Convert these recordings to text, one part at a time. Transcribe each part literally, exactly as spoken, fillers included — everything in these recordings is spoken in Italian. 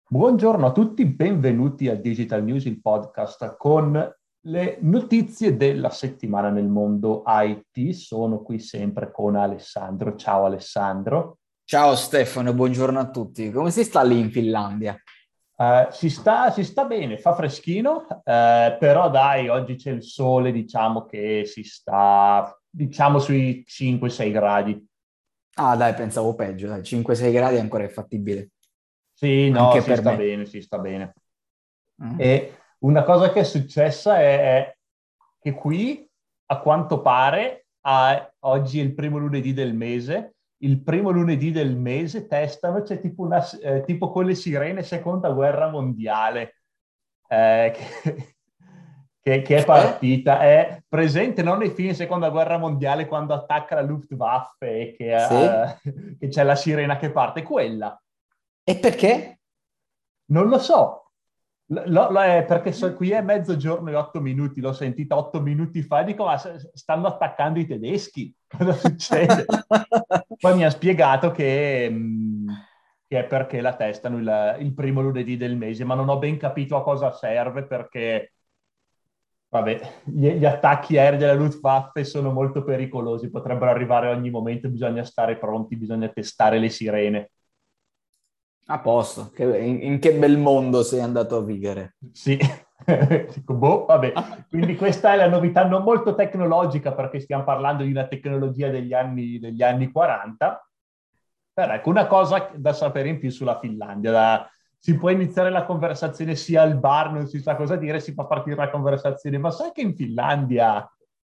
Buongiorno a tutti, benvenuti a Digital News, il podcast con le notizie della settimana nel mondo I T. Sono qui sempre con Alessandro. Ciao Alessandro. Ciao Stefano, buongiorno a tutti. Come si sta lì in Finlandia? Eh, si sta, si sta bene, fa freschino, eh, però dai, oggi c'è il sole, diciamo che si sta, diciamo, sui cinque sei gradi. Ah, dai, pensavo peggio, dai, cinque sei gradi ancora è fattibile, Sì, no, anche si per sta me. bene, si sta bene. Mm. E una cosa che è successa è, è che qui, a quanto pare, a- oggi è il primo lunedì del mese, il primo lunedì del mese testano, c'è tipo, una, eh, tipo con le sirene seconda guerra mondiale, eh, che, che- che è Cioè? partita. È presente non nei film seconda guerra mondiale quando attacca la Luftwaffe e che, Sì? eh, che c'è la sirena che parte, quella. E perché? Non lo so. L- lo- lo è perché so- qui è mezzogiorno e otto minuti, l'ho sentita otto minuti fa, dico, ma s- stanno attaccando i tedeschi, cosa succede? Poi mi ha spiegato che, mh, che è perché la testano il, il primo lunedì del mese, ma non ho ben capito a cosa serve perché, vabbè, gli, gli attacchi aerei della Luftwaffe sono molto pericolosi, potrebbero arrivare a ogni momento, bisogna stare pronti, bisogna testare le sirene. A posto, che- in, in che bel mondo sei andato a vivere. Sì, dico, boh, vabbè. Quindi questa è la novità non molto tecnologica perché stiamo parlando di una tecnologia degli anni, degli anni quaranta, però ecco una cosa da sapere in più sulla Finlandia. Da- si può iniziare la conversazione sia al bar, non si sa cosa dire, si fa partire la conversazione, ma sai che in Finlandia,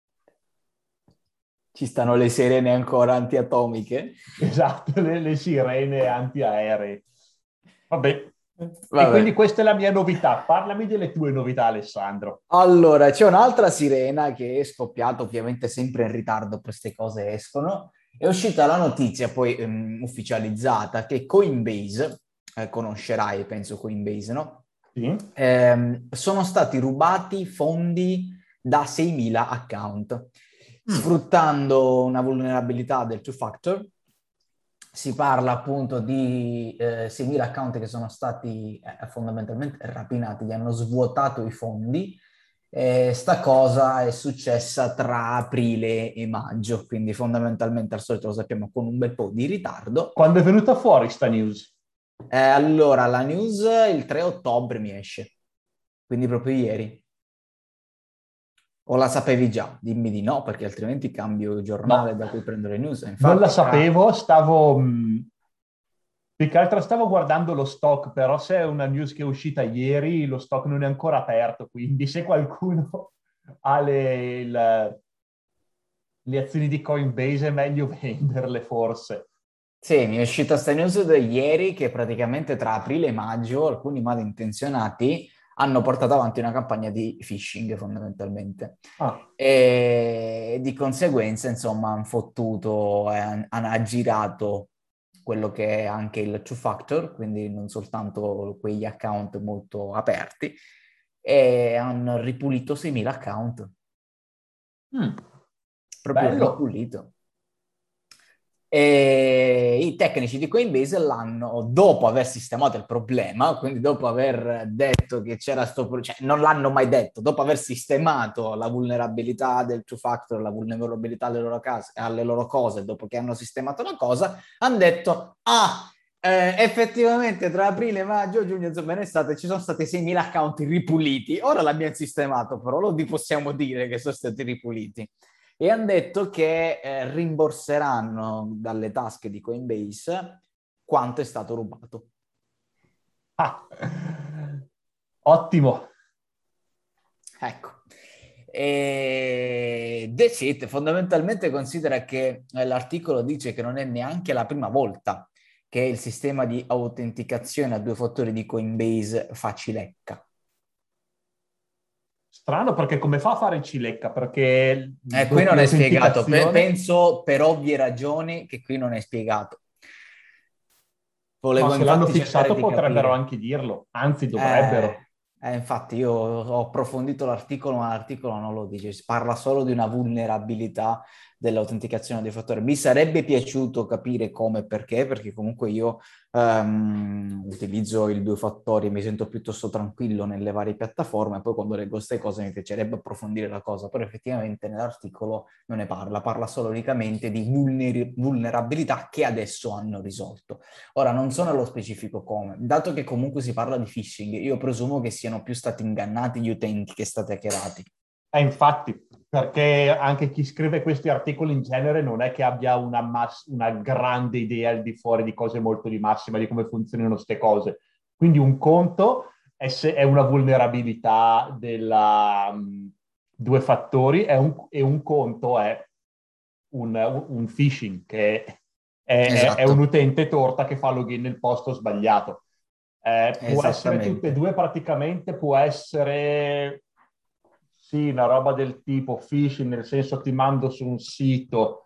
Ci stanno le sirene ancora antiatomiche? esatto, le, le sirene antiaeree. Vabbè, e quindi Vabbè. questa è la mia novità. Parlami delle tue novità, Alessandro. Allora, c'è un'altra sirena che è scoppiata, ovviamente sempre in ritardo, queste cose escono. È uscita la notizia poi ehm, ufficializzata che Coinbase, eh, conoscerai, penso Coinbase, no? Sì? Ehm, sono stati rubati fondi da seimila account, Mm. sfruttando una vulnerabilità del two factor. Si parla appunto di eh, seimila account che sono stati eh, fondamentalmente rapinati, gli hanno svuotato i fondi. Eh, sta cosa è successa tra aprile e maggio, quindi fondamentalmente al solito lo sappiamo con un bel po' di ritardo. Quando è venuta fuori sta news? Eh, allora, la news il tre ottobre mi esce, quindi proprio ieri. O la sapevi già? Dimmi di no, perché altrimenti cambio il giornale No, da cui prendo le news. non la Infatti, tra... sapevo, stavo... mh, più che altro stavo guardando lo stock, però se è una news che è uscita ieri, lo stock non è ancora aperto, quindi se qualcuno ha le, il- le azioni di Coinbase è meglio venderle forse. Sì, mi è uscita questa news di ieri che praticamente tra aprile e maggio alcuni malintenzionati hanno portato avanti una campagna di phishing fondamentalmente. Ah, E di conseguenza, insomma, hanno fottuto, e han- hanno aggirato quello che è anche il two factor, quindi non soltanto quegli account molto aperti, e hanno ripulito seimila account, mm, proprio bello. ripulito. E i tecnici di Coinbase l'hanno, dopo aver sistemato il problema, quindi dopo aver detto che c'era sto pro- cioè non l'hanno mai detto, dopo aver sistemato la vulnerabilità del two factor, la vulnerabilità alle loro, case, alle loro cose, dopo che hanno sistemato la cosa, hanno detto, ah, eh, effettivamente tra aprile, maggio, giugno, insomma, in estate ci sono stati seimila account ripuliti, ora l'abbiamo sistemato, però lo possiamo dire che sono stati ripuliti e hanno detto che eh, rimborseranno dalle tasche di Coinbase quanto è stato rubato. Ah, ottimo. Ecco. E that's it. Fondamentalmente considera che eh, l'articolo dice che non è neanche la prima volta che il sistema di autenticazione a due fattori di Coinbase fa cilecca. Strano perché come fa a fare cilecca? Perché Eh, qui non doppia è spiegato, Pe- autenticazione? penso per ovvie ragioni che qui non è spiegato. Ma Volevo se l'hanno infatti cercare fissato di potrebbero capire. anche dirlo, anzi Eh, dovrebbero. eh, infatti io ho approfondito l'articolo, ma l'articolo non lo dice, si parla solo di una vulnerabilità dell'autenticazione dei fattori. Mi sarebbe piaciuto capire come e perché, perché comunque io um, utilizzo il due fattori e mi sento piuttosto tranquillo nelle varie piattaforme, poi quando leggo queste cose mi piacerebbe approfondire la cosa, però effettivamente nell'articolo non ne parla, parla solo unicamente di vulner- vulnerabilità che adesso hanno risolto. Ora, non so nello specifico come, dato che comunque si parla di phishing, io presumo che siano più stati ingannati gli utenti che stati hackerati. E infatti, perché anche chi scrive questi articoli in genere non è che abbia una, mass- una grande idea al di fuori di cose molto di massima, di come funzionano queste cose. Quindi un conto è, se è una vulnerabilità della um, due fattori è un, e un conto è un, un phishing, che è, è- è un Esatto, utente torta che fa login nel posto sbagliato. Eh, può essere tutte e esattamente. due praticamente, può essere sì, una roba del tipo phishing, nel senso ti mando su un sito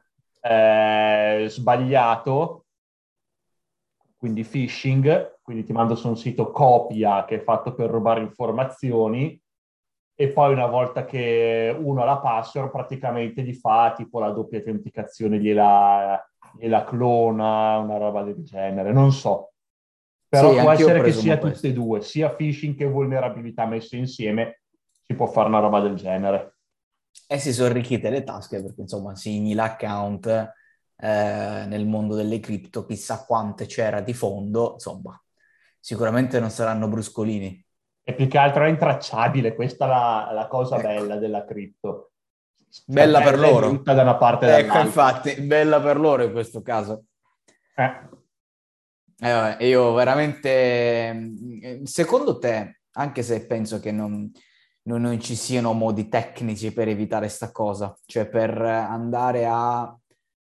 eh, sbagliato, quindi phishing, quindi ti mando su un sito copia che è fatto per rubare informazioni e poi una volta che uno ha la password praticamente gli fa tipo la doppia autenticazione, gliela, gliela clona, una roba del genere, non so. Però Sì, può anch'io essere che presumo sia tutte e questo. due, sia phishing che vulnerabilità messe insieme, si può fare una roba del genere. E si sono arricchite le tasche perché insomma simili account eh, nel mondo delle cripto, chissà quante c'era di fondo, insomma, sicuramente non saranno bruscolini. E più che altro è intracciabile, questa è la, la cosa Ecco, bella della cripto. Cioè, bella per bella e loro. brutta da una parte e Ecco, dall'altra. infatti, bella per loro in questo caso. Eh. Eh, vabbè, io veramente, mm, secondo te, anche se penso che non, non- non ci siano modi tecnici per evitare sta cosa, cioè per andare a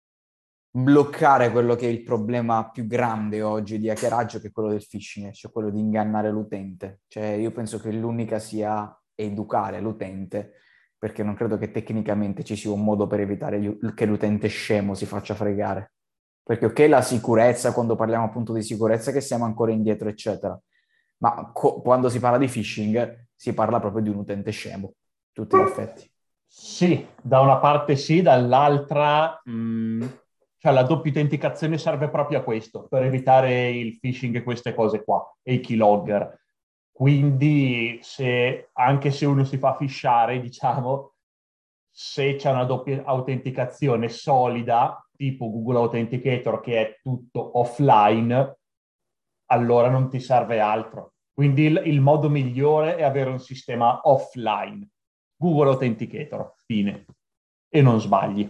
bloccare quello che è il problema più grande oggi di hackeraggio, che è quello del phishing, cioè quello di ingannare l'utente. Cioè io penso che l'unica sia educare l'utente, perché non credo che tecnicamente ci sia un modo per evitare gli- che l'utente scemo si faccia fregare. Perché ok, la sicurezza, quando parliamo appunto di sicurezza, che siamo ancora indietro, eccetera. Ma co- quando si parla di phishing, si parla proprio di un utente scemo, tutti gli effetti. Sì, da una parte sì, dall'altra, mh, cioè la doppia autenticazione serve proprio a questo, per evitare il phishing e queste cose qua, e i keylogger. Quindi se, anche se uno si fa phishare, diciamo, se c'è una doppia autenticazione solida, tipo Google Authenticator, che è tutto offline, allora non ti serve altro. Quindi il, il modo migliore è avere un sistema offline. Google Authenticator, fine. E non sbagli.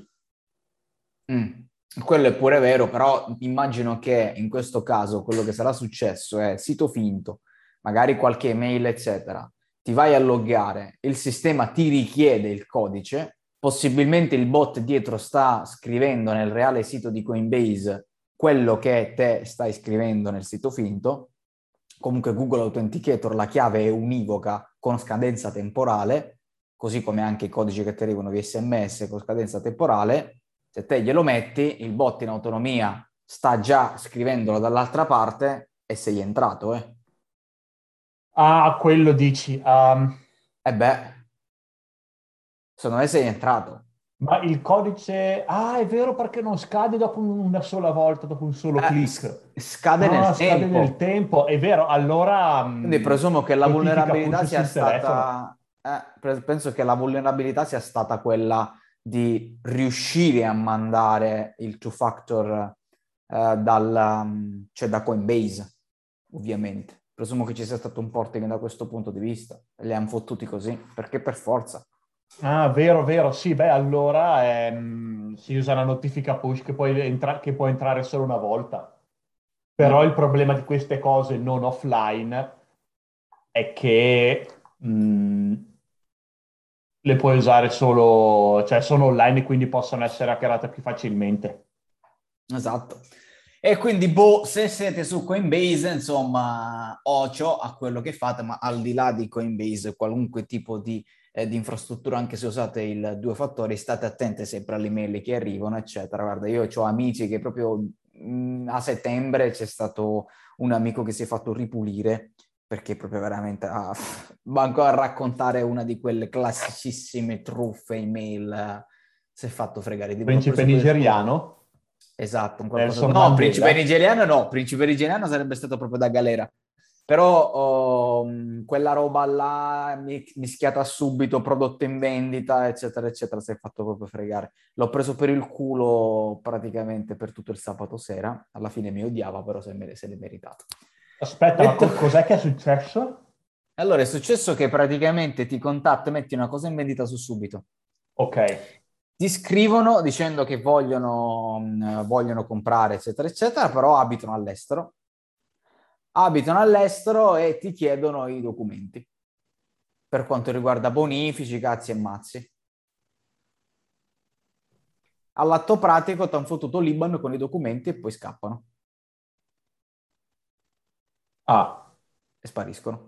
Mm. Quello è pure vero, però immagino che in questo caso quello che sarà successo è sito finto, magari qualche email, eccetera. Ti vai a loggare, il sistema ti richiede il codice, possibilmente il bot dietro sta scrivendo nel reale sito di Coinbase quello che te stai scrivendo nel sito finto. Comunque Google Authenticator, la chiave è univoca con scadenza temporale, così come anche i codici che ti arrivano via S M S con scadenza temporale. Se te glielo metti, il bot in autonomia sta già scrivendolo dall'altra parte e sei entrato, eh. Ah, quello dici. Um, E beh, secondo me sei entrato. ma il codice... Ah, è vero perché non scade dopo una sola volta, dopo un solo Eh, s- click. scade Ah, nel scade nel tempo. tempo. È vero, allora Quindi mh, presumo che la notifica vulnerabilità push sia sul telefono. stata, eh, pre- penso che la vulnerabilità sia stata quella di riuscire a mandare il two factor eh, dal, um, cioè da Coinbase, ovviamente. Presumo che ci sia stato un porting da questo punto di vista. Li hanno fottuti così, perché per forza. Ah, vero, vero, sì, beh, allora ehm, si usa la notifica push che puoi, entra- che può entrare solo una volta. Però il Mm. problema di queste cose non offline è che mh, le puoi usare solo, cioè sono online e quindi possono essere hackerate più facilmente. Esatto. E quindi, boh, se siete su Coinbase, insomma, ocio a quello che fate, ma al di là di Coinbase, qualunque tipo di, eh, di infrastruttura, anche se usate il due fattori, state attenti sempre alle mail che arrivano, eccetera. Guarda, io ho amici che proprio mh, a settembre c'è stato un amico che si è fatto ripulire perché proprio veramente ah, manco a raccontare una di quelle classicissime truffe email si è fatto fregare. Tipo, l'ho Principe preso per il culo. nigeriano? Esatto, un qualcosa... Nelson No, Mandela? principe nigeriano no, principe nigeriano sarebbe stato proprio da galera. Però oh, mh, quella roba là mi- mischiata subito, prodotto in vendita, eccetera, eccetera, si è fatto proprio fregare. L'ho preso per il culo praticamente per tutto il sabato sera. Alla fine mi odiava, però se, me- se l'è meritato. Aspetta, ma Detto... co- cos'è che è successo? Allora, è successo che praticamente ti contatto, metti una cosa in vendita su Subito. Ok. Ti scrivono dicendo che vogliono, mh, vogliono comprare, eccetera, eccetera, però abitano all'estero. Abitano all'estero e ti chiedono i documenti per quanto riguarda bonifici, cazzi e mazzi. All'atto pratico ti hanno fottuto l'I B A N con i documenti e poi scappano Ah, e spariscono.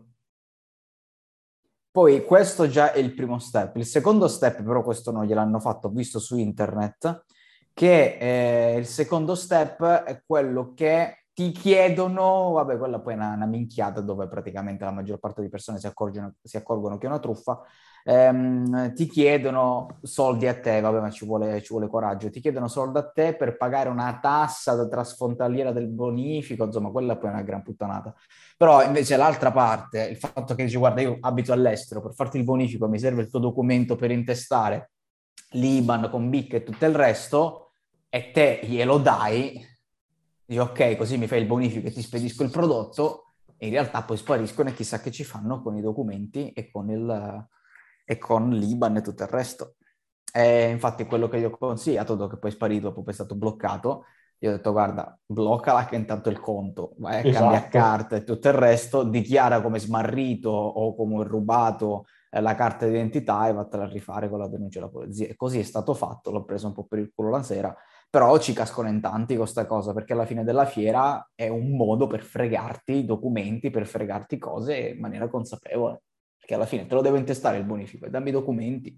Poi questo già è il primo step. Il secondo step, però questo non gliel'hanno fatto, ho visto su internet, che eh, il secondo step è quello che ti chiedono, vabbè, quella poi è una, una minchiata dove praticamente la maggior parte di persone si accorgono, si accorgono che è una truffa, ehm, ti chiedono soldi a te, vabbè, ma ci vuole, ci vuole coraggio, ti chiedono soldi a te per pagare una tassa transfrontaliera del bonifico, insomma, quella poi è una gran puttanata. Però invece l'altra parte, il fatto che dici guarda io abito all'estero, per farti il bonifico mi serve il tuo documento per intestare, l'I B A N con B I C e tutto il resto, e te glielo dai, dici ok così mi fai il bonifico e ti spedisco il prodotto, e in realtà poi spariscono e chissà che ci fanno con i documenti e con, il, e con l'I B A N e tutto il resto. E infatti quello che gli ho consigliato, dopo che poi è sparito, poi è stato bloccato, io ho detto, guarda, bloccala che intanto il conto, vai a cambiare esatto. carta e tutto il resto, dichiara come smarrito o come rubato eh, la carta d'identità e vattela a rifare con la denuncia alla polizia. E così è stato fatto, l'ho preso un po' per il culo la sera, però ci cascano in tanti con sta cosa, perché alla fine della fiera è un modo per fregarti i documenti, per fregarti cose in maniera consapevole, perché alla fine te lo devo intestare il bonifico e dammi i documenti.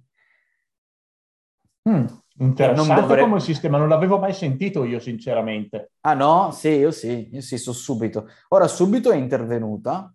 Mm, E non interessante come dovrei... sistema, non l'avevo mai sentito io, sinceramente. Ah no? Sì, io sì, io sì, so subito. Ora subito è intervenuta,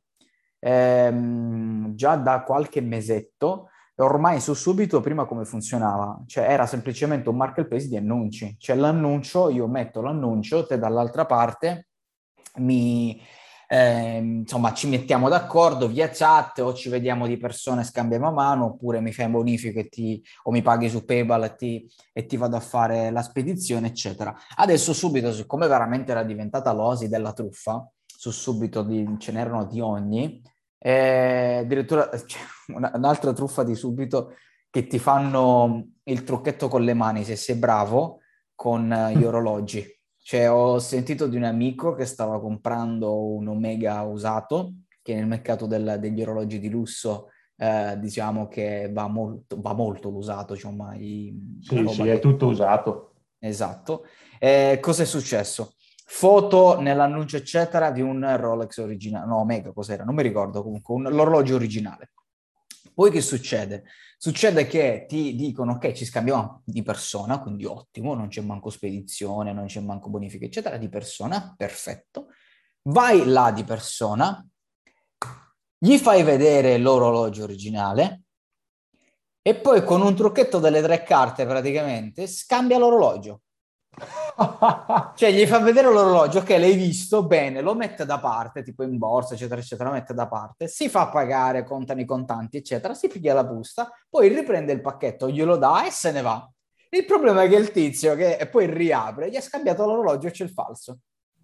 ehm, già da qualche mesetto, e ormai su subito prima come funzionava? Cioè era semplicemente un marketplace di annunci. Cioè l'annuncio, io metto l'annuncio, te dall'altra parte mi... ehm, insomma, ci mettiamo d'accordo via chat o ci vediamo di persona e scambiamo a mano, oppure mi fai un bonifico e ti, o mi paghi su PayPal e ti, e ti vado a fare la spedizione, eccetera. Adesso subito, siccome veramente era diventata l'oasi della truffa, su subito di, ce n'erano di ogni, eh, addirittura c'è una- un'altra truffa di subito che ti fanno il trucchetto con le mani, se sei bravo, con eh, gli orologi. Cioè, ho sentito di un amico che stava comprando un Omega usato, che nel mercato del- degli orologi di lusso, eh, diciamo che va molto, va molto l'usato, cioè ormai una Sì, roba sì, è che... tutto usato. Esatto. Eh, cosa è successo? Foto nell'annuncio, eccetera, di un Rolex originale, no, Omega, cos'era? Non mi ricordo, comunque, un, l'orologio originale. Poi che succede? Succede che ti dicono che ci scambiamo di persona, quindi ottimo, non c'è manco spedizione, non c'è manco bonifica, eccetera, di persona, perfetto. Vai là di persona, gli fai vedere l'orologio originale e poi con un trucchetto delle tre carte praticamente scambia l'orologio. Cioè gli fa vedere l'orologio, ok, l'hai visto, bene, lo mette da parte, tipo in borsa, eccetera, eccetera, lo mette da parte, si fa pagare, contano i contanti, eccetera, si piglia la busta, poi riprende il pacchetto, glielo dà e se ne va. Il problema è che il tizio che poi riapre, gli ha scambiato l'orologio e c'è il falso.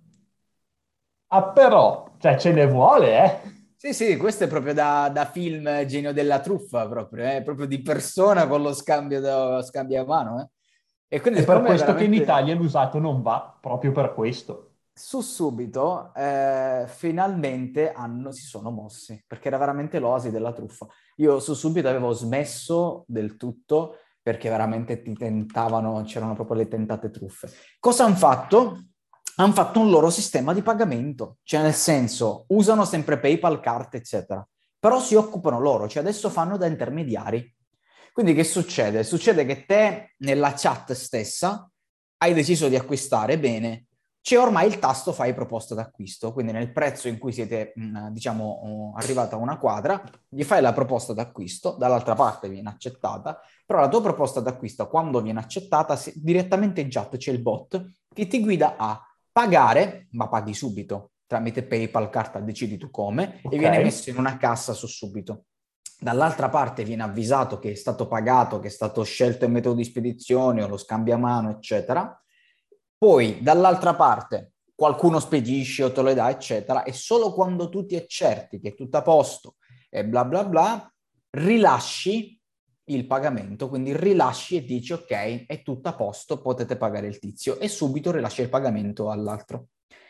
Ah, però, cioè, ce ne vuole, eh? Sì, sì, questo è proprio da, da film Genio della truffa, proprio, eh? Proprio di persona con lo scambio, da, scambio a mano. Eh? E quindi È per siccome è questo che in veramente... Italia l'usato non va, proprio per questo. Su subito, eh, finalmente hanno, si sono mossi, perché era veramente l'oasi della truffa. Io su subito avevo smesso del tutto perché veramente ti tentavano, c'erano proprio le tentate truffe. Cosa hanno fatto? Hanno fatto un loro sistema di pagamento, cioè nel senso usano sempre PayPal, carte, eccetera, però si occupano loro, cioè adesso fanno da intermediari. Quindi che succede? Succede che te nella chat stessa hai deciso di acquistare bene, c'è ormai il tasto fai proposta d'acquisto, quindi nel prezzo in cui siete, mh, diciamo, arrivata a una quadra, gli fai la proposta d'acquisto, dall'altra parte viene accettata, però la tua proposta d'acquisto, quando viene accettata, se, direttamente in chat c'è il bot che ti guida a pagare, ma paghi subito, tramite PayPal, carta, decidi tu come, Ok. e viene messo in una cassa su subito. Dall'altra parte viene avvisato che è stato pagato, che è stato scelto il metodo di spedizione o lo scambiamano, eccetera. Poi dall'altra parte qualcuno spedisce o te lo dà, eccetera, e solo quando tu ti è certi che è tutto a posto e bla bla bla, rilasci il pagamento, quindi rilasci e dici ok, è tutto a posto, potete pagare il tizio, e subito rilasci il pagamento all'altro.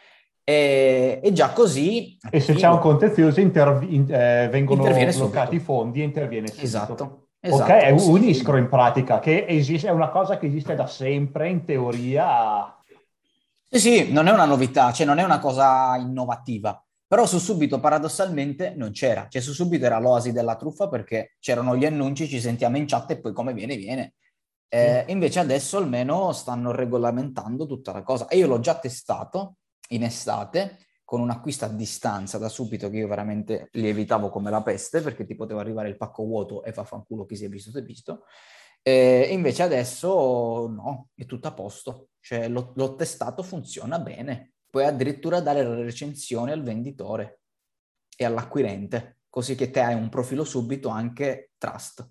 E, e già così, E se c'è un figo, contenzioso interv- in- eh, vengono interviene bloccati i subito. fondi e interviene subito. Esatto, Ok, esatto, è così un figo. iskro in pratica, che esiste, è una cosa che esiste da sempre, in teoria. Sì, sì, non è una novità, cioè non è una cosa innovativa, però su Subito paradossalmente non c'era, cioè su Subito era l'oasi della truffa perché c'erano gli annunci, ci sentiamo in chat e poi come viene viene. Sì. Eh, invece adesso almeno stanno regolamentando tutta la cosa, e io l'ho già testato in estate con un acquisto a distanza da Subito, che io veramente li evitavo come la peste perché ti poteva arrivare il pacco vuoto e fa fanculo chi si è visto si è visto. Eh, invece adesso no, è tutto a posto, cioè l'ho, l'ho testato, funziona bene, puoi addirittura dare la recensione al venditore e all'acquirente, così che te hai un profilo Subito anche trust.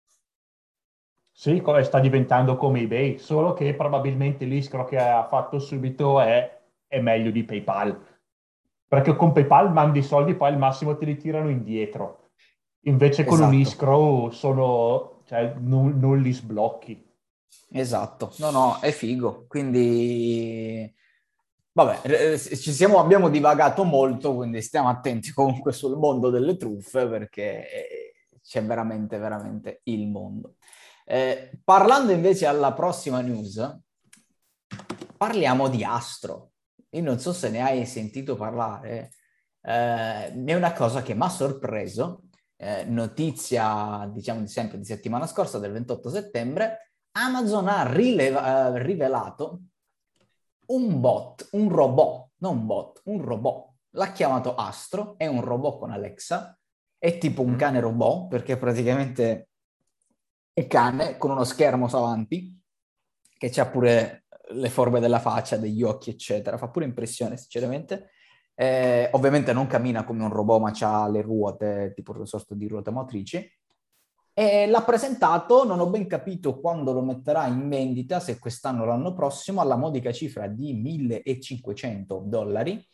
Sì, co- sta diventando come eBay, solo che probabilmente l'iskro che ha fatto subito è, è meglio di PayPal, perché con PayPal mandi i soldi, poi al massimo te li tirano indietro. Invece con un Esatto. iskro sono, cioè, non, non li sblocchi. Esatto, no, no, è figo, quindi vabbè, eh, ci siamo, abbiamo divagato molto, quindi stiamo attenti comunque sul mondo delle truffe perché eh, c'è veramente, veramente il mondo. Eh, parlando invece alla prossima news, parliamo di Astro. Io non so se ne hai sentito parlare, eh, è una cosa che mi ha sorpreso, eh, notizia, diciamo, di sempre di settimana scorsa, del ventotto settembre. Amazon ha rileva- eh, rivelato un bot, un robot, non un bot, un robot. L'ha chiamato Astro, è un robot con Alexa, è tipo un Mm. cane robot, perché praticamente è cane con uno schermo avanti, che c'ha pure le forme della faccia, degli occhi, eccetera. Fa pure impressione, sinceramente. Eh, ovviamente non cammina come un robot, ma ha le ruote, tipo una sorta di ruote motrici. E l'ha presentato, non ho ben capito quando lo metterà in vendita, se quest'anno o l'anno prossimo, alla modica cifra di millecinquecento dollari.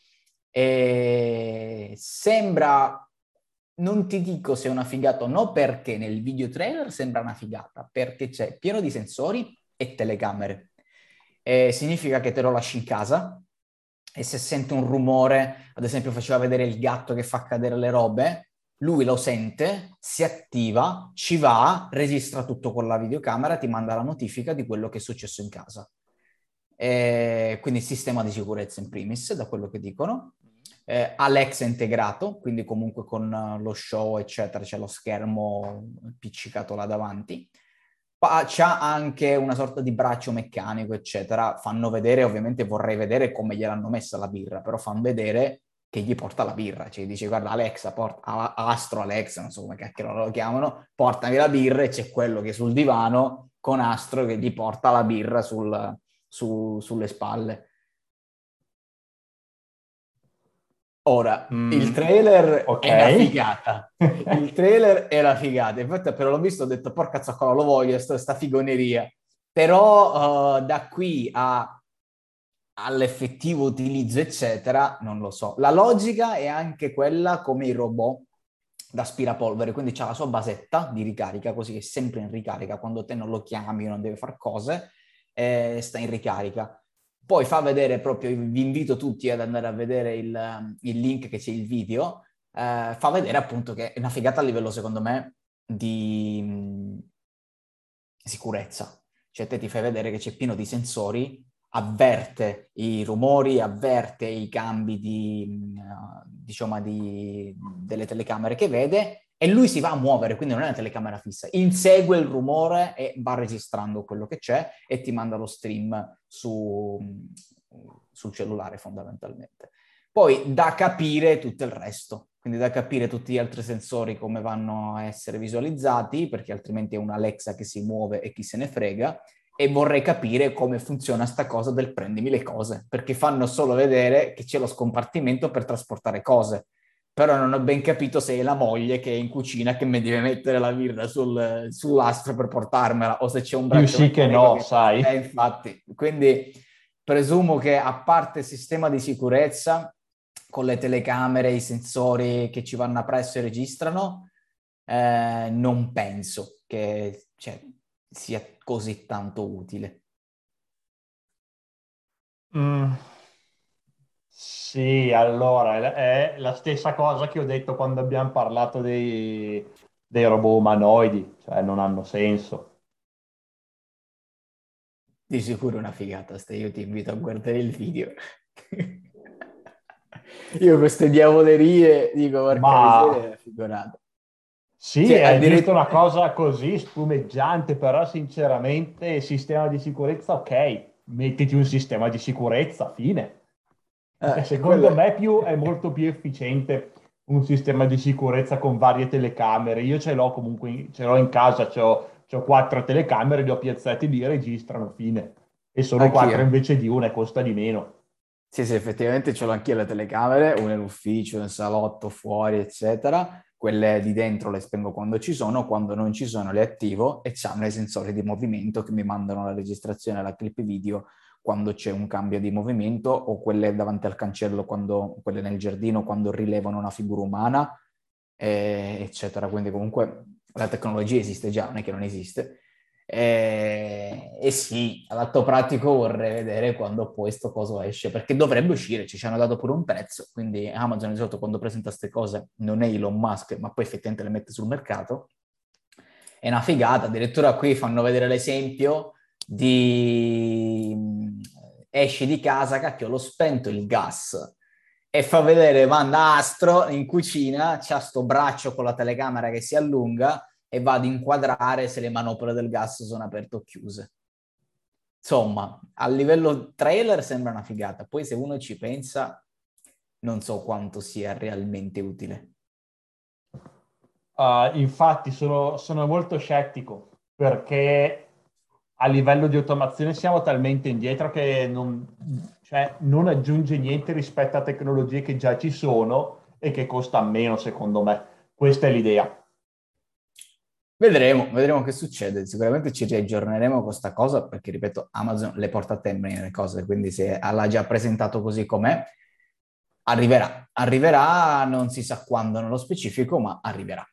E sembra, non ti dico se è una figata o no, perché nel video trailer sembra una figata, perché c'è pieno di sensori e telecamere. E significa che te lo lasci in casa e se sente un rumore, ad esempio faceva vedere il gatto che fa cadere le robe, lui lo sente, si attiva, ci va, registra tutto con la videocamera, ti manda la notifica di quello che è successo in casa. E quindi sistema di sicurezza in primis, da quello che dicono. Eh, Alexa integrato, quindi comunque con uh, lo show, eccetera, c'è lo schermo appiccicato là davanti. Pa- c'ha anche una sorta di braccio meccanico, eccetera. Fanno vedere, ovviamente vorrei vedere come gliel'hanno messa la birra, però fanno vedere che gli porta la birra, cioè dice guarda Alexa, porta, Astro Alexa, non so come cacchio lo chiamano, portami la birra, e c'è quello che è sul divano con Astro che gli porta la birra sul, su, sulle spalle. Ora, il Mm, trailer ok. è una figata. Il trailer è una figata. Infatti, appena l'ho visto, ho detto: Porca zoccola, lo voglio, sta, sta figoneria. Però, uh, da qui a, all'effettivo utilizzo, eccetera, non lo so. La logica è anche quella come i robot d'aspirapolvere, quindi c'ha la sua basetta di ricarica, così che è sempre in ricarica. Quando te non lo chiami, non deve fare cose, eh, sta in ricarica. Poi fa vedere proprio, vi invito tutti ad andare a vedere il, il link che c'è il video, eh, fa vedere appunto che è una figata a livello, secondo me, di mh, sicurezza. Cioè te ti fai vedere che c'è pieno di sensori, avverte i rumori, avverte i cambi di, mh, diciamo, di, delle telecamere che vede, e lui si va a muovere, quindi non è una telecamera fissa, insegue il rumore e va registrando quello che c'è e ti manda lo stream su, sul cellulare fondamentalmente. Poi da capire tutto il resto, quindi da capire tutti gli altri sensori come vanno a essere visualizzati, perché altrimenti è un Alexa che si muove e chi se ne frega, e vorrei capire come funziona sta cosa del prendimi le cose, perché fanno solo vedere che c'è lo scompartimento per trasportare cose, però non ho ben capito se è la moglie che è in cucina che mi deve mettere la birra sul, sull'astro per portarmela, o se c'è un Più braccio sì che meccanico no, che... sai. Eh, infatti, quindi presumo che a parte il sistema di sicurezza, con le telecamere, i sensori che ci vanno appresso e registrano, eh, non penso che cioè, sia così tanto utile. Mm, sì, allora, è è la stessa cosa che ho detto quando abbiamo parlato dei, dei robot umanoidi, cioè non hanno senso. Di sicuro è una figata, ste. Io ti invito a guardare il video. Io queste diavolerie dico, porca miseria, è Ma una figurata. sì, Cioè, è giusto addirittura... una cosa così spumeggiante, però sinceramente il sistema di sicurezza, ok, mettiti un sistema di sicurezza, fine. Cioè, Eh, quello secondo è... me più, è molto più efficiente un sistema di sicurezza con varie telecamere. Io ce l'ho comunque, in- ce l'ho in casa, c'ho, c'ho quattro telecamere, le ho piazzate lì, registrano, fine. E sono quattro Anch'io. invece di una e costa di meno. Sì, sì, effettivamente ce l'ho anch'io le telecamere, una in ufficio, nel salotto, fuori, eccetera. Quelle di dentro le spengo quando ci sono, quando non ci sono le attivo e c'hanno i sensori di movimento che mi mandano la registrazione, la clip video quando c'è un cambio di movimento, o quelle davanti al cancello, quando, quelle nel giardino quando rilevano una figura umana, eh, eccetera. Quindi comunque la tecnologia esiste già, non è che non esiste. E, e sì, all'atto pratico vorrei vedere quando poi sto coso esce, perché dovrebbe uscire, ci hanno dato pure un prezzo, quindi Amazon di solito quando presenta queste cose non è Elon Musk, ma poi effettivamente le mette sul mercato. È una figata, addirittura qui fanno vedere l'esempio di esci di casa, cacchio, l'ho spento il gas, e fa vedere, manda Astro in cucina, c'ha sto braccio con la telecamera che si allunga e va ad inquadrare se le manopole del gas sono aperte o chiuse. Insomma, a livello trailer sembra una figata, poi se uno ci pensa non so quanto sia realmente utile. Uh, infatti sono, sono molto scettico perché a livello di automazione siamo talmente indietro che non, cioè, non aggiunge niente rispetto a tecnologie che già ci sono e che costa meno, secondo me. Questa è l'idea. Vedremo, vedremo che succede. Sicuramente ci riaggiorneremo con questa cosa perché, ripeto, Amazon le porta a termine le cose, quindi se l'ha già presentato così com'è, arriverà. Arriverà, non si sa quando nello specifico, ma arriverà.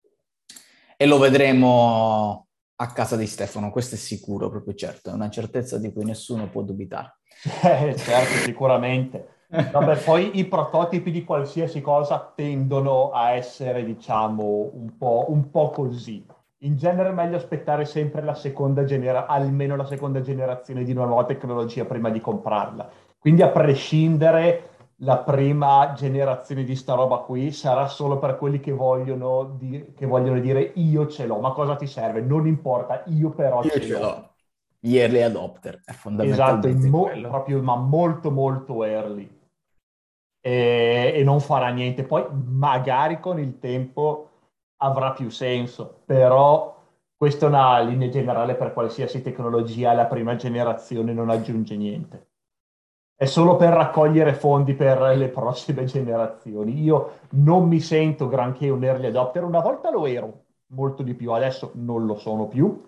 E lo vedremo a casa di Stefano, questo è sicuro, proprio certo, è una certezza di cui nessuno può dubitare. Eh, certo, sicuramente. Vabbè, poi i prototipi di qualsiasi cosa tendono a essere, diciamo, un po', un po' così. In genere è meglio aspettare sempre la seconda genera- almeno la seconda generazione di una nuova tecnologia prima di comprarla. Quindi a prescindere, la prima generazione di sta roba qui sarà solo per quelli che vogliono, di- che vogliono dire io ce l'ho, ma cosa ti serve? Non importa, io però Io ce ce l'ho. l'ho. Gli early adopter, è Esatto, in fondamentalmente mo- quello. proprio, ma molto molto early e, e non farà niente. Poi magari con il tempo avrà più senso, però questa è una linea generale per qualsiasi tecnologia, la prima generazione non aggiunge niente. È solo per raccogliere fondi per le prossime generazioni. Io non mi sento granché un early adopter, una volta lo ero molto di più, adesso non lo sono più,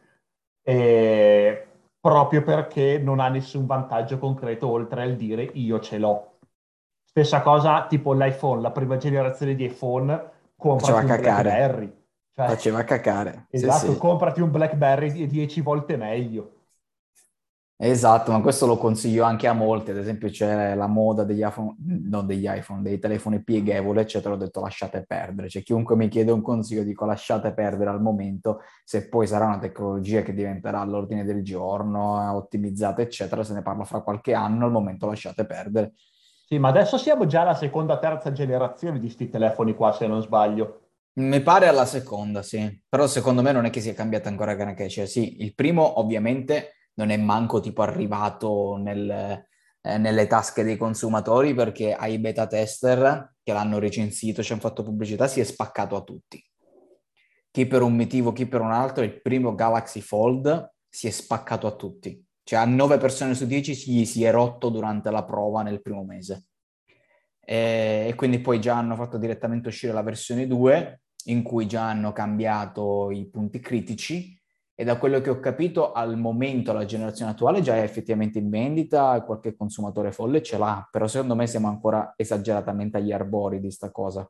eh, proprio perché non ha nessun vantaggio concreto oltre al dire io ce l'ho. Stessa cosa tipo l'iPhone, la prima generazione di iPhone, comprati Faceva un cacare. BlackBerry. Cioè, Faceva cacare. Sì, esatto, sì. comprati un BlackBerry die- dieci volte meglio. Esatto, ma questo lo consiglio anche a molti, ad esempio c'è la moda degli iPhone, non degli iPhone, dei telefoni pieghevoli, eccetera, ho detto lasciate perdere, cioè chiunque mi chiede un consiglio dico lasciate perdere al momento, se poi sarà una tecnologia che diventerà all'ordine del giorno, ottimizzata, eccetera, se ne parla fra qualche anno, al momento lasciate perdere. Sì, ma adesso siamo già alla seconda, terza generazione di sti telefoni qua, se non sbaglio. Mi pare alla seconda, sì, però secondo me non è che sia cambiata ancora granché, cioè sì, il primo ovviamente non è manco tipo arrivato nel, eh, nelle tasche dei consumatori, perché ai beta tester che l'hanno recensito, ci hanno fatto pubblicità, si è spaccato a tutti. Chi per un motivo, chi per un altro, il primo Galaxy Fold si è spaccato a tutti. Cioè a nove persone su dieci gli si è rotto durante la prova nel primo mese. E, e quindi poi già hanno fatto direttamente uscire la versione due, in cui già hanno cambiato i punti critici, e da quello che ho capito al momento la generazione attuale già è effettivamente in vendita e qualche consumatore folle ce l'ha, però secondo me siamo ancora esageratamente agli arbori di sta cosa.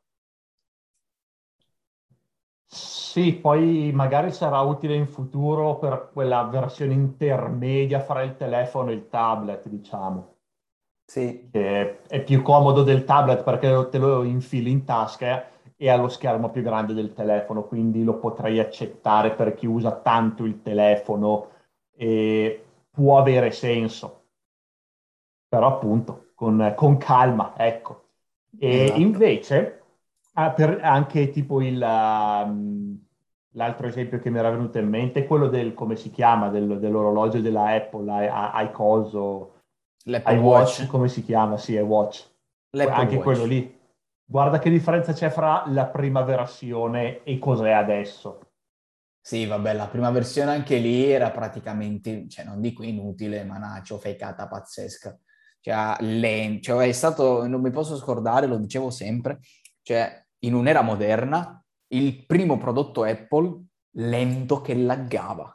Sì, poi magari sarà utile in futuro per quella versione intermedia fra il telefono e il tablet, diciamo, Sì, che è più comodo del tablet perché te lo infili in tasca e ha lo schermo più grande del telefono, quindi lo potrei accettare per chi usa tanto il telefono e può avere senso, però appunto con, con calma, ecco. E esatto. invece, ah, per anche tipo il, um, l'altro esempio che mi era venuto in mente è quello del, come si chiama, del- dell'orologio della Apple, ai, ai coso, L'Apple Watch? iWatch, come si chiama? Sì, iWatch. Que- L'Apple Anche quello Watch. lì. Guarda che differenza c'è fra la prima versione e cos'è adesso. Sì, vabbè, la prima versione anche lì era praticamente, cioè non dico inutile, ma una ciofecata pazzesca. Cioè, len- cioè, è stato, non mi posso scordare, lo dicevo sempre, cioè in un'era moderna, il primo prodotto Apple lento che laggava.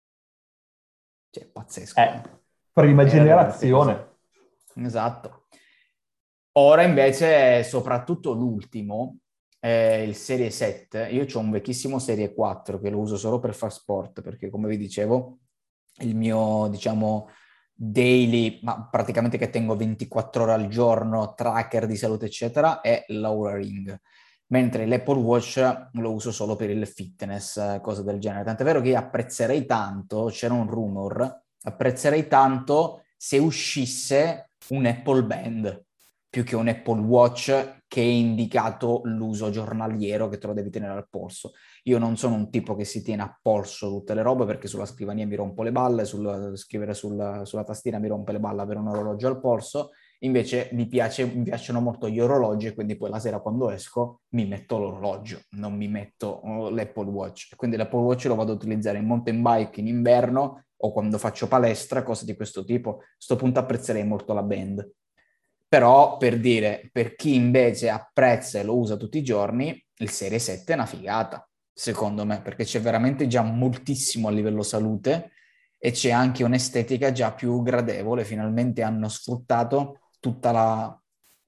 Cioè, pazzesco, Eh, eh. prima Era veramente così. generazione. Esatto. Ora invece, soprattutto l'ultimo, eh, il Serie sette, io ho un vecchissimo Serie quattro che lo uso solo per far sport, perché come vi dicevo, il mio, diciamo, daily, ma praticamente che tengo ventiquattro ore al giorno, tracker di salute, eccetera, è l'Oura Ring. Mentre l'Apple Watch lo uso solo per il fitness, eh, cose del genere. Tant'è vero che io apprezzerei tanto, c'era un rumor, apprezzerei tanto se uscisse un Apple Band più che un Apple Watch che è indicato l'uso giornaliero che te lo devi tenere al polso. Io non sono un tipo che si tiene a polso tutte le robe perché sulla scrivania mi rompo le balle, sul, scrivere sul, sulla tastiera mi rompe le balle avere un orologio al polso. Invece mi, piace, mi piacciono molto gli orologi e quindi poi la sera quando esco mi metto l'orologio, non mi metto oh, l'Apple Watch. Quindi l'Apple Watch lo vado ad utilizzare in mountain bike in inverno o quando faccio palestra, cose di questo tipo. A questo punto apprezzerei molto la band. Però per dire, per chi invece apprezza e lo usa tutti i giorni, il Serie sette è una figata, secondo me, perché c'è veramente già moltissimo a livello salute e c'è anche un'estetica già più gradevole. Finalmente hanno sfruttato tutta la,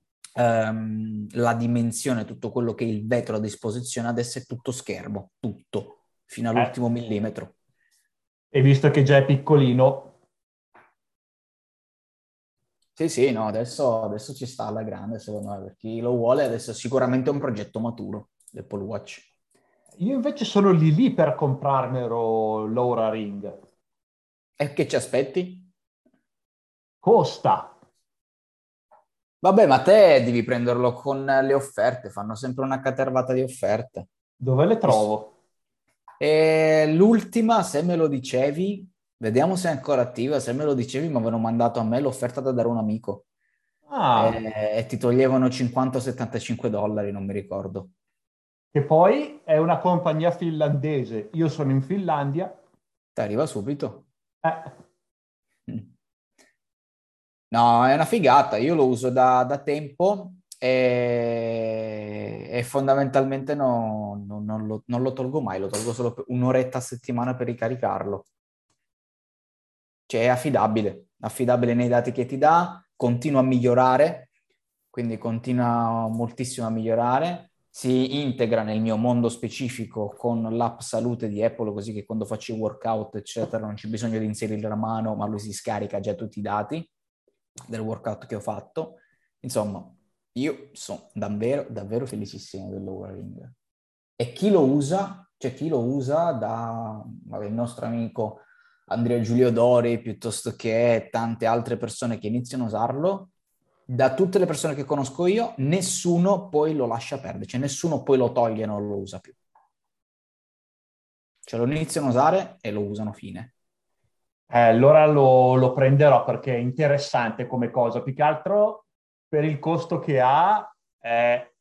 ehm, la dimensione, tutto quello che è il vetro a disposizione, adesso è tutto schermo, tutto, fino Eh, all'ultimo millimetro. e visto che già è piccolino, Sì, sì, no, adesso, adesso ci sta alla grande, secondo me, per chi lo vuole, adesso è sicuramente un progetto maturo, l'Apple Watch. io invece sono lì lì per comprarmelo l'Oura Ring. E che ci aspetti? Costa. Vabbè, ma te devi prenderlo con le offerte, fanno sempre una catervata di offerte. Dove le Io s- trovo? E l'ultima, se me lo dicevi, vediamo se è ancora attiva, se me lo dicevi mi avevano mandato a me l'offerta da dare a un amico Ah, e, e ti toglievano cinquanta o settantacinque dollari, non mi ricordo. che poi è una compagnia finlandese. Io sono in Finlandia. Ti arriva subito. Eh, Mm. No, è una figata, io lo uso da, da tempo e, e fondamentalmente no- no- non lo, non lo tolgo mai, lo tolgo solo per un'oretta a settimana per ricaricarlo. Cioè è affidabile, affidabile nei dati che ti dà, continua a migliorare, quindi continua moltissimo a migliorare, si integra nel mio mondo specifico con l'app salute di Apple, così che quando faccio i workout, eccetera, non c'è bisogno di inserire la mano, ma lui si scarica già tutti i dati del workout che ho fatto. Insomma, io sono davvero, davvero felicissimo dell'Oura Ring. E chi lo usa, cioè chi lo usa da vabbè, il nostro amico Andrea Giulio Dori, piuttosto che tante altre persone che iniziano a usarlo, da tutte le persone che conosco io, nessuno poi lo lascia perdere, cioè nessuno poi lo toglie e non lo usa più. Cioè lo iniziano a usare e lo usano fine. Eh, allora lo, lo prenderò perché è interessante come cosa, più che altro per il costo che ha, eh,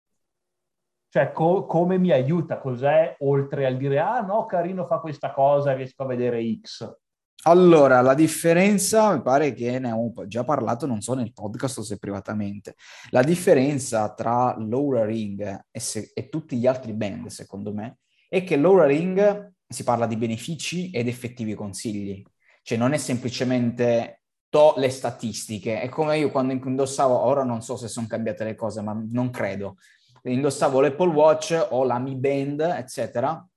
cioè co- come mi aiuta, cos'è oltre al dire ah no, carino fa questa cosa, riesco a vedere X. Allora, la differenza, mi pare che ne ho già parlato, non so nel podcast o se privatamente. La differenza tra Laura Ring e, se- e tutti gli altri band, secondo me, è che Laura Ring si parla di benefici ed effettivi consigli. Cioè non è semplicemente to le statistiche. È come io quando indossavo, ora non so se sono cambiate le cose, ma non credo. Indossavo l'Apple Watch o la Mi Band, eccetera,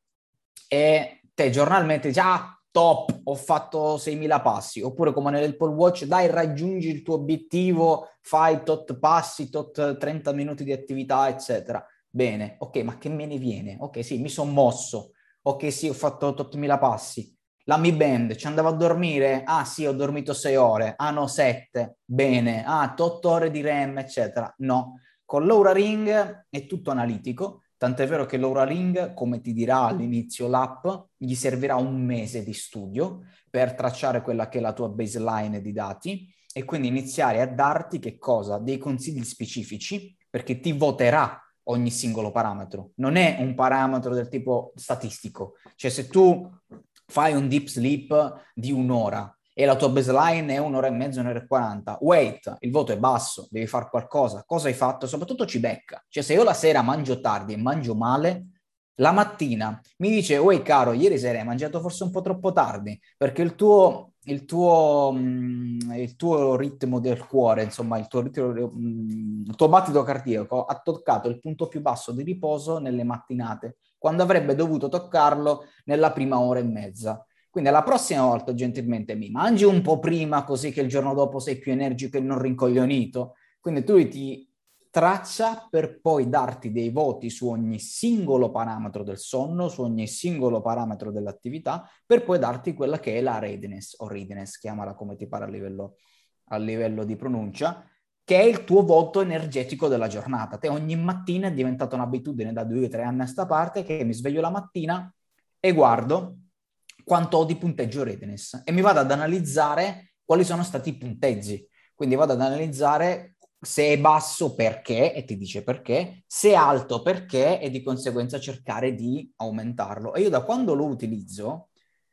e te giornalmente dici, ah, top, ho fatto seimila passi, oppure come nell'Apple Watch, dai, raggiungi il tuo obiettivo, fai tot passi, tot trenta minuti di attività, eccetera. Bene, ok, ma che me ne viene? Ok, sì, mi sono mosso, ok, sì, ho fatto ottomila passi. La Mi Band, ci andavo a dormire? Ah sì, ho dormito sei ore. Ah no, sette. Bene. Ah, otto ore di REM, eccetera. No. Con l'Oura Ring è tutto analitico, tant'è vero che l'Oura Ring, come ti dirà all'inizio l'app, gli servirà un mese di studio per tracciare quella che è la tua baseline di dati e quindi iniziare a darti che cosa? Dei consigli specifici, perché ti voterà ogni singolo parametro. Non è un parametro del tipo statistico. Cioè se tu fai un deep sleep di un'ora e la tua baseline è un'ora e mezza, un'ora e quaranta, wait, il voto è basso, devi fare qualcosa. Cosa hai fatto? Soprattutto ci becca. Cioè se io la sera mangio tardi e mangio male, la mattina mi dice, uè caro, ieri sera hai mangiato forse un po' troppo tardi, perché il tuo, il tuo, mh, il tuo ritmo del cuore, insomma, il tuo, ritmo, mh, il tuo battito cardiaco ha toccato il punto più basso di riposo nelle mattinate, quando avrebbe dovuto toccarlo nella prima ora e mezza. Quindi alla prossima volta, gentilmente, mi mangi un po' prima, così che il giorno dopo sei più energico e non rincoglionito. Quindi tu ti traccia per poi darti dei voti su ogni singolo parametro del sonno, su ogni singolo parametro dell'attività, per poi darti quella che è la readiness o readiness, chiamala come ti pare a livello, a livello di pronuncia, che è il tuo voto energetico della giornata. Te ogni mattina è diventata un'abitudine da due o tre anni a sta parte che mi sveglio la mattina e guardo quanto ho di punteggio readiness e mi vado ad analizzare quali sono stati i punteggi. Quindi vado ad analizzare se è basso perché, e ti dice perché, se è alto perché, e di conseguenza cercare di aumentarlo. E io da quando lo utilizzo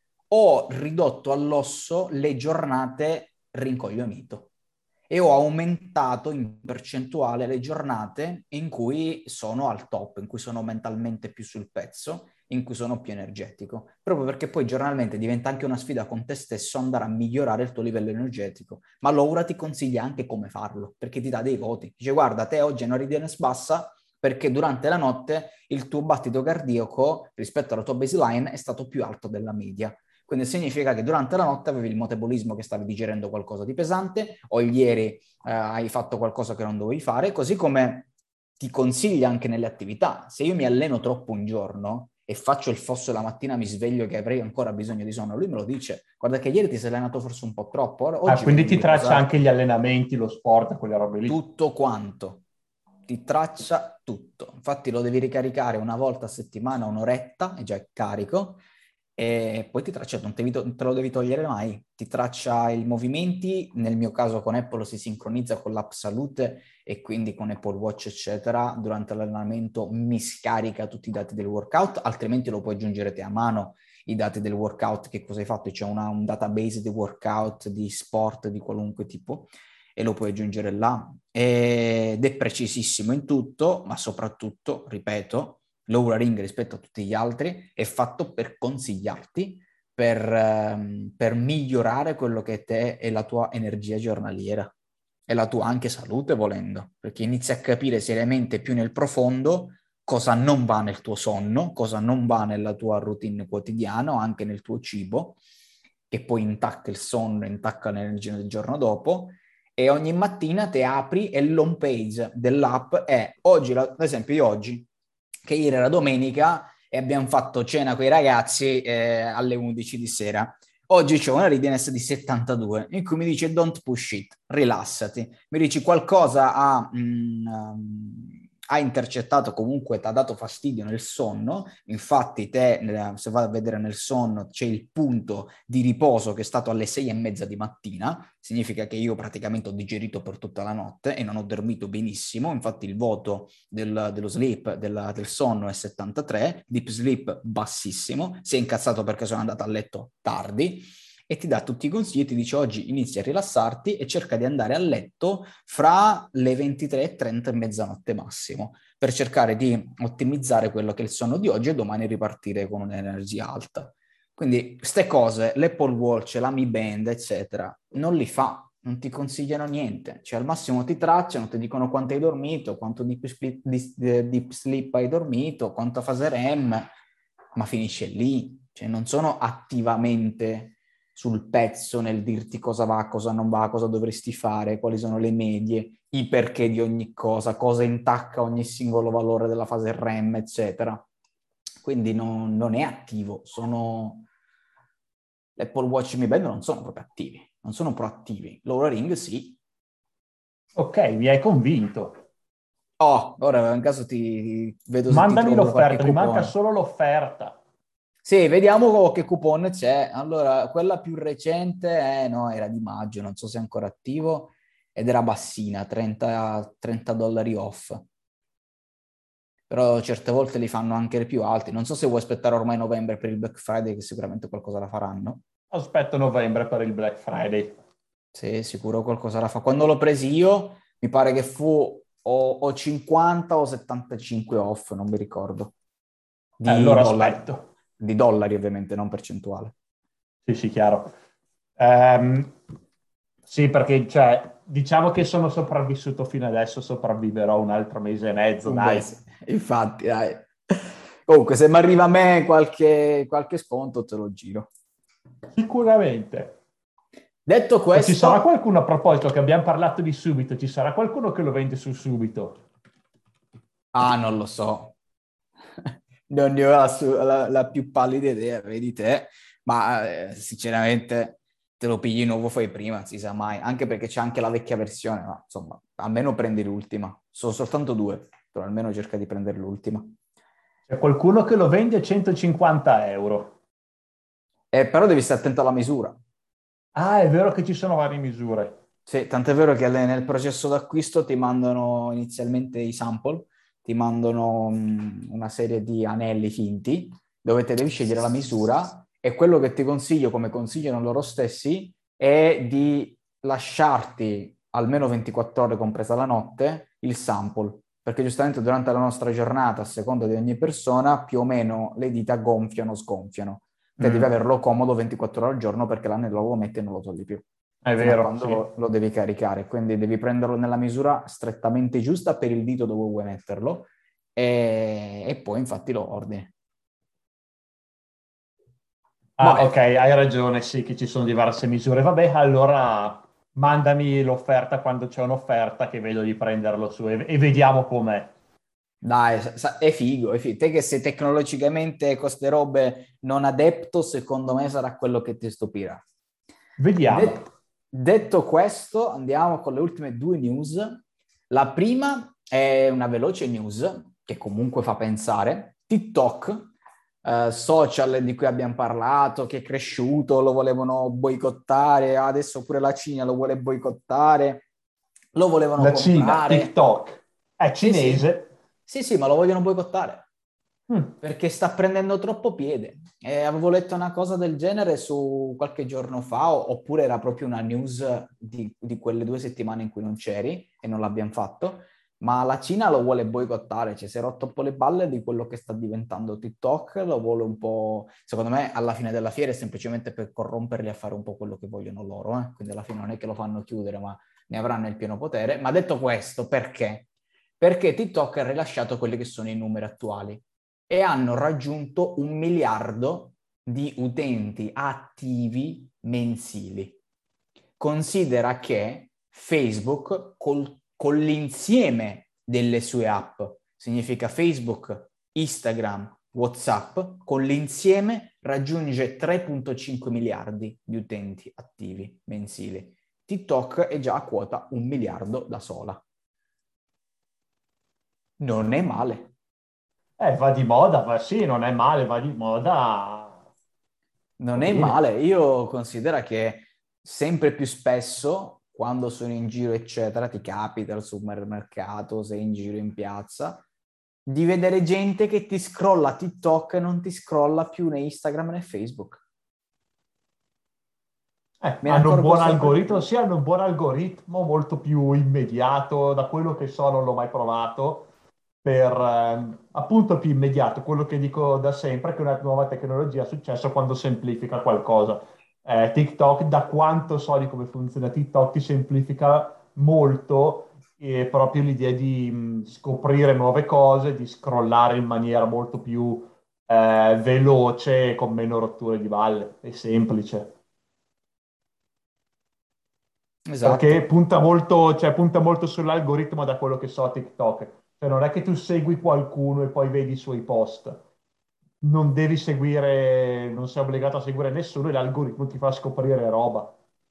ho ridotto all'osso le giornate rincoglionito e ho aumentato in percentuale le giornate in cui sono al top, in cui sono mentalmente più sul pezzo, in cui sono più energetico, proprio perché poi giornalmente diventa anche una sfida con te stesso andare a migliorare il tuo livello energetico, ma Laura ti consiglia anche come farlo, perché ti dà dei voti, dice guarda te oggi hai una readiness bassa perché durante la notte il tuo battito cardiaco rispetto alla tua baseline è stato più alto della media. Quindi significa che durante la notte avevi il metabolismo che stavi digerendo qualcosa di pesante o ieri eh, hai fatto qualcosa che non dovevi fare, così come ti consiglia anche nelle attività. Se io mi alleno troppo un giorno e faccio il fosso la mattina, mi sveglio che avrei ancora bisogno di sonno, lui me lo dice, guarda che ieri ti sei allenato forse un po' troppo, Ah, oggi è quindi meglio ti traccia anche riposarti. gli allenamenti, lo sport, quelle robe lì. Tutto quanto. Ti traccia tutto. Infatti lo devi ricaricare una volta a settimana, un'oretta, e già è carico, e poi ti traccia, non te, non te lo devi togliere mai. Ti traccia i movimenti, nel mio caso con Apple si sincronizza con l'app Salute e quindi con Apple Watch, eccetera. Durante l'allenamento mi scarica tutti i dati del workout, altrimenti lo puoi aggiungere te a mano i dati del workout, che cosa hai fatto. C'è una, un database di workout, di sport, di qualunque tipo, e lo puoi aggiungere là. Ed è precisissimo in tutto, ma soprattutto, ripeto, l'Oura Ring rispetto a tutti gli altri è fatto per consigliarti, per, ehm, per migliorare quello che te è la tua energia giornaliera e la tua anche salute, volendo, perché inizi a capire seriamente più nel profondo cosa non va nel tuo sonno, cosa non va nella tua routine quotidiana, anche nel tuo cibo, che poi intacca il sonno, intacca l'energia del giorno dopo, e ogni mattina te apri e l'home page dell'app è oggi, ad esempio io oggi, che ieri era domenica e abbiamo fatto cena con i ragazzi eh, alle undici di sera. Oggi c'è una readiness di settantadue in cui mi dice don't push it, rilassati. Mi dici qualcosa a, mm, ha intercettato, comunque ti ha dato fastidio nel sonno. Infatti te, se vai a vedere nel sonno, c'è il punto di riposo che è stato alle sei e mezza di mattina, significa che io praticamente ho digerito per tutta la notte e non ho dormito benissimo. Infatti il voto del, dello sleep, della, del sonno è settantatré, deep sleep bassissimo, si è incazzato perché sono andato a letto tardi, e ti dà tutti i consigli e ti dice: oggi inizia a rilassarti e cerca di andare a letto fra le ventitré e trenta e mezzanotte massimo, per cercare di ottimizzare quello che è il sonno di oggi e domani ripartire con un'energia alta. Quindi queste cose, l'Apple Watch, la Mi Band, eccetera, non li fa, non ti consigliano niente. Cioè al massimo ti tracciano, ti dicono quanto hai dormito, quanto deep sleep, deep sleep hai dormito, quanta fase REM, ma finisce lì. Cioè non sono attivamente sul pezzo nel dirti cosa va, cosa non va, cosa dovresti fare, quali sono le medie, i perché di ogni cosa, cosa intacca ogni singolo valore della fase REM, eccetera. Quindi non, non è attivo, sono... L'Apple Watch e Mi Band non sono proprio attivi, non sono proattivi. L'Oura Ring sì. Ok, mi hai convinto. Oh, ora in caso ti vedo se ti Mandami trovo qualche l'offerta, mi manca coupon. solo l'offerta. Sì, vediamo che coupon c'è. Allora, quella più recente, eh, no, era di maggio, non so se è ancora attivo, ed era bassina, trenta, trenta dollari off. Però certe volte li fanno anche più alti. Non so se vuoi aspettare ormai novembre per il Black Friday, che sicuramente qualcosa la faranno. Aspetto novembre per il Black Friday. Sì, sicuro qualcosa la fa. Quando l'ho presi io, mi pare che fu o, o cinquanta o settantacinque off, non mi ricordo. Eh, Di allora dollari. aspetto. Di dollari, ovviamente, non percentuale. Sì, sì, chiaro. Ehm, sì, perché cioè, diciamo che sono sopravvissuto fino adesso, sopravviverò un altro mese e mezzo, Un dai. mese. Infatti, dai. Comunque, se mi arriva a me qualche, qualche sconto, te lo giro. Sicuramente. Detto Ma ci sarà questo, qualcuno, a proposito, che abbiamo parlato di Subito, ci sarà qualcuno che lo vende su Subito? ah, non lo so. Non ne ho la, su- la- la più pallida idea, vedi te, ma eh, sinceramente te lo pigli nuovo fai prima, non si sa mai, anche perché c'è anche la vecchia versione, ma insomma, almeno prendi l'ultima. Sono soltanto due, però almeno cerca di prendere l'ultima. C'è qualcuno che lo vende a centocinquanta euro. Eh, però devi stare attento alla misura. Ah, è vero che ci sono varie misure. Sì, tant'è vero che le- nel processo d'acquisto ti mandano inizialmente i sample, ti mandano mh, una serie di anelli finti dove te devi scegliere la misura, e quello che ti consiglio, come consigliano loro stessi, è di lasciarti almeno ventiquattro ore, compresa la notte, il sample, perché giustamente durante la nostra giornata, a seconda di ogni persona, più o meno le dita gonfiano o sgonfiano. Te devi Mm, averlo comodo ventiquattro ore al giorno, perché l'anello lo metti e non lo togli più è fino a vero, quando sì. lo, lo devi caricare. Quindi devi prenderlo nella misura strettamente giusta per il dito dove vuoi metterlo, e, e poi infatti lo ordini. Ah, ok, Vabbè, hai ragione, sì, che ci sono diverse misure. Vabbè, allora mandami l'offerta quando c'è un'offerta che vedo di prenderlo su e, e vediamo com'è. dai, sa- sa- è figo, è figo. Te che sei tecnologicamente con ste robe non adepto, secondo me sarà quello che ti stupirà. Vediamo. Det- detto questo, andiamo con le ultime due news. La prima è una veloce news che comunque fa pensare. TikTok, eh, social di cui abbiamo parlato, che è cresciuto, lo volevano boicottare, adesso pure la Cina lo vuole boicottare, lo volevano La Cina, comprare. TikTok, è Sì, sì, cinese. sì, sì, ma lo vogliono boicottare Mm. perché sta prendendo troppo piede. E avevo letto una cosa del genere su qualche giorno fa, o- oppure era proprio una news di, di quelle due settimane in cui non c'eri e non l'abbiamo fatto, ma la Cina lo vuole boicottare, cioè si è rotto un po' le balle di quello che sta diventando TikTok, lo vuole un po', secondo me alla fine della fiera è semplicemente per corromperli a fare un po' quello che vogliono loro, eh? Quindi alla fine non è che lo fanno chiudere, ma ne avranno il pieno potere. Ma detto questo, perché? Perché TikTok ha rilasciato quelli che sono i numeri attuali e hanno raggiunto un miliardo di utenti attivi mensili. Considera che Facebook, col, con l'insieme delle sue app, significa Facebook, Instagram, WhatsApp, con l'insieme raggiunge tre virgola cinque miliardi di utenti attivi mensili. TikTok è già a quota un miliardo da sola. Non è male. Eh, va di moda, va sì, non è male, va di moda, va Non è bene. male. Io considero che sempre più spesso, quando sono in giro, eccetera, ti capita al supermercato, sei in giro in piazza, di vedere gente che ti scrolla TikTok e non ti scrolla più né Instagram né Facebook. Eh, Me ne hanno un accorgo buon sempre di algoritmo, più. sì, hanno un buon algoritmo, molto più immediato, da quello che so non l'ho mai provato, per ehm, appunto più immediato. Quello che dico da sempre è che una nuova tecnologia è successo quando semplifica qualcosa. Eh, TikTok, da quanto so di come funziona TikTok, ti semplifica molto e proprio l'idea di mh, scoprire nuove cose, di scrollare in maniera molto più eh, veloce e con meno rotture di balle, è semplice. Perché Esatto. punta molto, cioè, punta molto sull'algoritmo da quello che so TikTok. Cioè, non è che tu segui qualcuno e poi vedi i suoi post. Non devi seguire, non sei obbligato a seguire nessuno e l'algoritmo ti fa scoprire roba.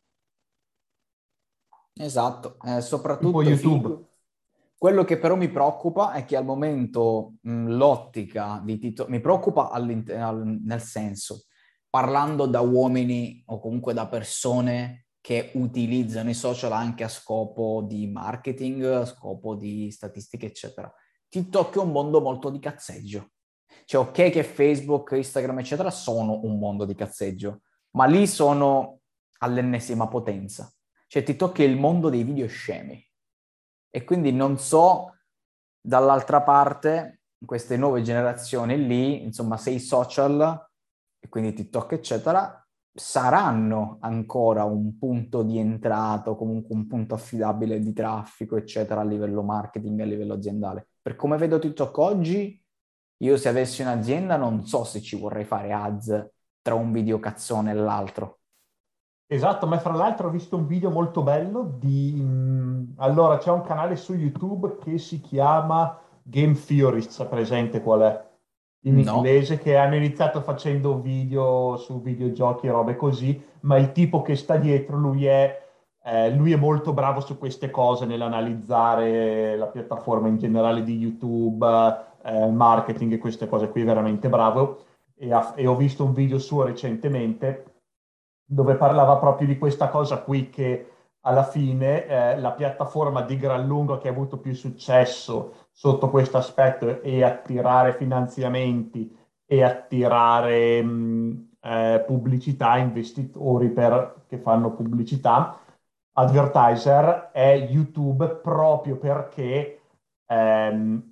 Esatto, eh, Tipo soprattutto è YouTube. figo. Quello che però mi preoccupa è che al momento mh, l'ottica di Tito mi preoccupa all'int- al- nel senso, parlando da uomini o comunque da persone che utilizzano i social anche a scopo di marketing, a scopo di statistiche, eccetera. TikTok è un mondo molto di cazzeggio. Cioè, ok che Facebook, Instagram, eccetera, sono un mondo di cazzeggio, ma lì sono all'ennesima potenza. Cioè, TikTok è il mondo dei video scemi. E quindi non so, dall'altra parte, queste nuove generazioni lì, insomma, se i social, e quindi TikTok, eccetera, saranno ancora un punto di entrata o comunque un punto affidabile di traffico, eccetera, a livello marketing, a livello aziendale. Per come vedo TikTok oggi, io se avessi un'azienda non so se ci vorrei fare ads tra un video cazzone e l'altro. Esatto, ma fra l'altro ho visto un video molto bello di... mh, allora, c'è un canale su YouTube che si chiama Game Theorists, è presente qual è? In No? inglese, che hanno iniziato facendo video su videogiochi e robe così, ma il tipo che sta dietro, lui è, eh, lui è molto bravo su queste cose, nell'analizzare la piattaforma in generale di YouTube, eh, marketing e queste cose qui, è veramente bravo. E, ha- e ho visto un video suo recentemente dove parlava proprio di questa cosa qui che alla fine eh, la piattaforma di gran lunga che ha avuto più successo sotto questo aspetto è attirare finanziamenti e attirare mh, eh, pubblicità, investitori per- che fanno pubblicità, advertiser è YouTube proprio perché ehm,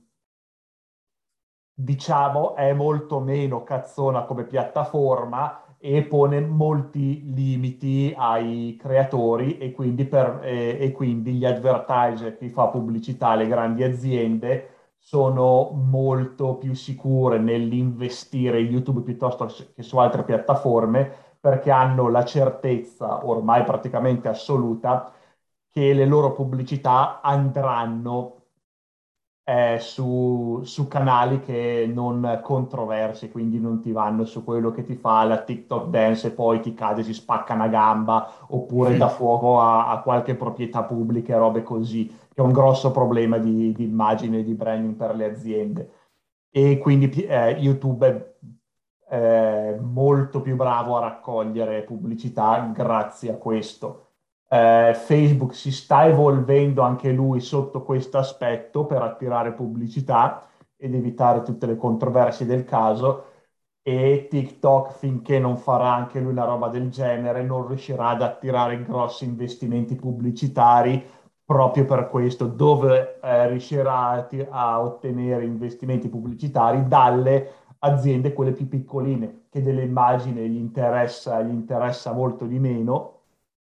diciamo, è molto meno cazzona come piattaforma e pone molti limiti ai creatori e quindi, per, eh, e quindi gli advertiser, chi fa pubblicità, le grandi aziende, sono molto più sicure nell'investire in YouTube piuttosto che su altre piattaforme perché hanno la certezza ormai praticamente assoluta che le loro pubblicità andranno eh, su, su canali che non controversi, quindi non ti vanno su quello che ti fa la TikTok dance e poi ti cade, si spacca una gamba, oppure dà fuoco a, a qualche proprietà pubblica e robe così, che è un grosso problema di, di immagine e di branding per le aziende. E quindi eh, YouTube è eh, molto più bravo a raccogliere pubblicità grazie a questo. Eh, Facebook si sta evolvendo anche lui sotto questo aspetto per attirare pubblicità ed evitare tutte le controversie del caso. E TikTok, finché non farà anche lui una roba del genere, non riuscirà ad attirare grossi investimenti pubblicitari proprio per questo, dove eh, riuscirà a, ti- a ottenere investimenti pubblicitari dalle aziende, quelle più piccoline, che delle immagini gli interessa, gli interessa molto di meno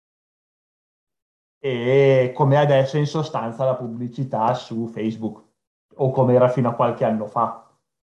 e come adesso in sostanza la pubblicità su Facebook o come era fino a qualche anno fa.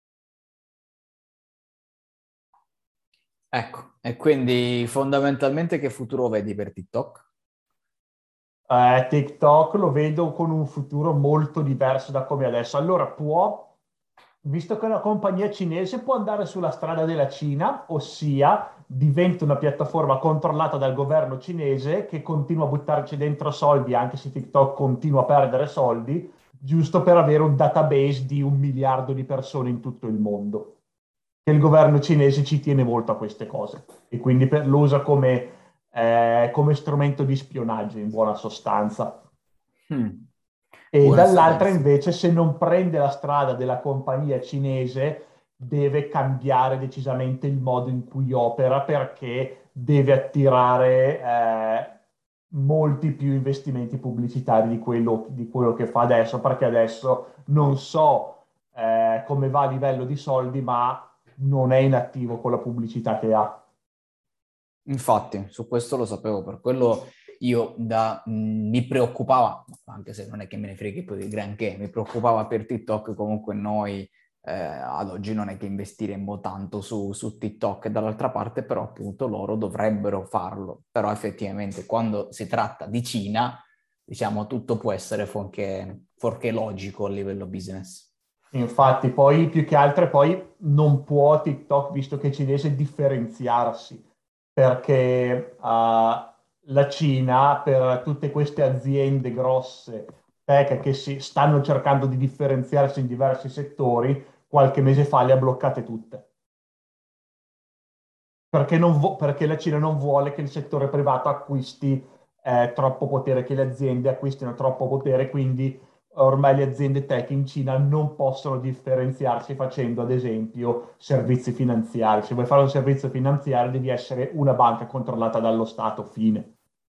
Ecco, e quindi fondamentalmente che futuro vedi per TikTok? Eh, TikTok lo vedo con un futuro molto diverso da come è adesso. Allora può, visto che è una compagnia cinese, può andare sulla strada della Cina, ossia diventa una piattaforma controllata dal governo cinese che continua a buttarci dentro soldi, anche se TikTok continua a perdere soldi, giusto per avere un database di un miliardo di persone in tutto il mondo. Che il governo cinese ci tiene molto a queste cose e quindi per, lo usa come, eh, come strumento di spionaggio in buona sostanza. Mm. E Buono a dall'altra sapersi. invece, se non prende la strada della compagnia cinese, deve cambiare decisamente il modo in cui opera perché deve attirare eh, molti più investimenti pubblicitari di quello, di quello che fa adesso, perché adesso non so eh, come va a livello di soldi, ma non è in attivo con la pubblicità che ha. Infatti, su questo lo sapevo, per quello io da, mh, mi preoccupava, anche se non è che me ne freghi poi di granché, mi preoccupava per TikTok, comunque noi eh, ad oggi non è che investiremmo tanto su, su TikTok, e dall'altra parte però appunto loro dovrebbero farlo, però effettivamente quando si tratta di Cina, diciamo tutto può essere fuorché, fuorché logico a livello business. Infatti, poi più che altro, poi non può TikTok, visto che è cinese, differenziarsi, perché uh, la Cina, per tutte queste aziende grosse, tech, che si stanno cercando di differenziarsi in diversi settori, qualche mese fa le ha bloccate tutte. Perché, non vo- perché la Cina non vuole che il settore privato acquisti eh, troppo potere, che le aziende acquistino troppo potere, quindi ormai le aziende tech in Cina non possono differenziarsi facendo, ad esempio, servizi finanziari. Se vuoi fare un servizio finanziario devi essere una banca controllata dallo Stato, fine.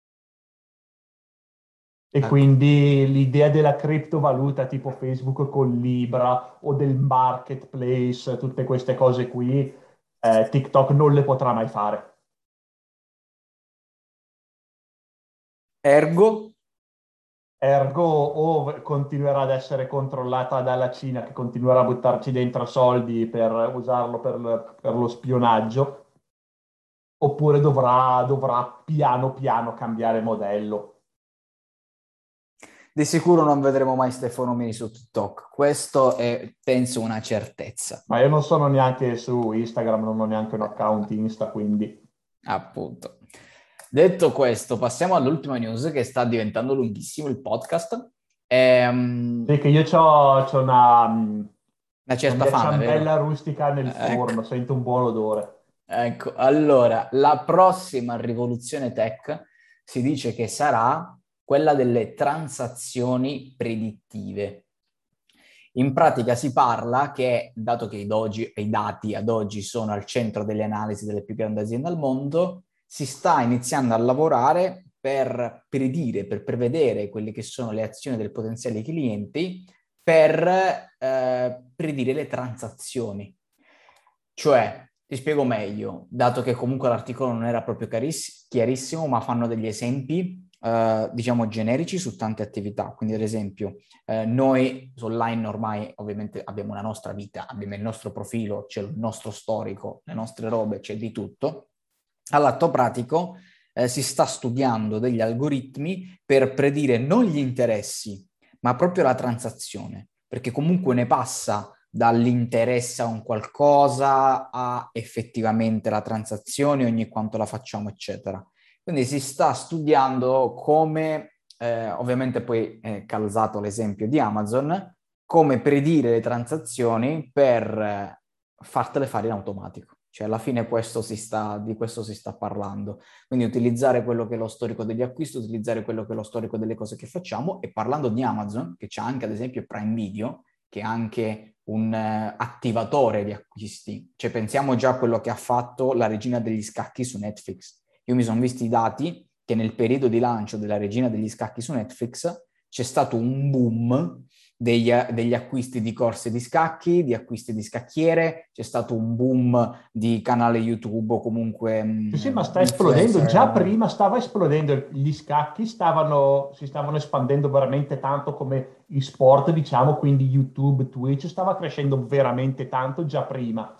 E Ecco. quindi l'idea della criptovaluta tipo Facebook con Libra o del marketplace, tutte queste cose qui, eh, TikTok non le potrà mai fare. Ergo, Ergo o continuerà ad essere controllata dalla Cina che continuerà a buttarci dentro soldi per usarlo per, per lo spionaggio, oppure dovrà, dovrà piano piano cambiare modello. di sicuro non vedremo mai ste fenomeni su TikTok, questo è penso una certezza. Ma io non sono neanche su Instagram, non ho neanche un account Insta, quindi... Appunto. Detto questo, passiamo all'ultima news che sta diventando lunghissimo il podcast. Ehm, Sì, che io ho una, una la certa mia fame, ciambella vero? rustica nel Ecco, forno, sento un buon odore. ecco. Allora, la prossima rivoluzione tech si dice che sarà quella delle transazioni predittive. In pratica si parla che, dato che i, dogi, i dati ad oggi sono al centro delle analisi delle più grandi aziende al mondo, si sta iniziando a lavorare per predire, per prevedere quelle che sono le azioni del potenziale clienti, per eh, predire le transazioni. Cioè, ti spiego meglio, dato che comunque l'articolo non era proprio cariss- chiarissimo, ma fanno degli esempi, eh, diciamo, generici su tante attività. Quindi, ad esempio, eh, noi online ormai ovviamente abbiamo una nostra vita, abbiamo il nostro profilo, c'è il nostro storico, le nostre robe, c'è di tutto. All'atto pratico eh, si sta studiando degli algoritmi per predire non gli interessi, ma proprio la transazione, perché comunque ne passa dall'interesse a un qualcosa a effettivamente la transazione, ogni quanto la facciamo, eccetera. Quindi si sta studiando come, eh, ovviamente poi è calzato l'esempio di Amazon, come predire le transazioni per eh, fartele fare in automatico. Cioè alla fine questo si sta, di questo si sta parlando. Quindi utilizzare quello che è lo storico degli acquisti, utilizzare quello che è lo storico delle cose che facciamo. E parlando di Amazon, che c'è anche ad esempio Prime Video, che è anche un uh, attivatore di acquisti. Cioè pensiamo già a quello che ha fatto la regina degli scacchi su Netflix. Io mi sono visti i dati che nel periodo di lancio della regina degli scacchi su Netflix c'è stato un boom degli, degli acquisti di corse di scacchi, di acquisti di scacchiere, c'è stato un boom di canale YouTube o comunque Sì, sì, mh, ma sta esplodendo. influencer. Già prima stava esplodendo. Gli scacchi stavano, si stavano espandendo veramente tanto come gli sport, diciamo, quindi YouTube, Twitch stava crescendo veramente tanto già prima.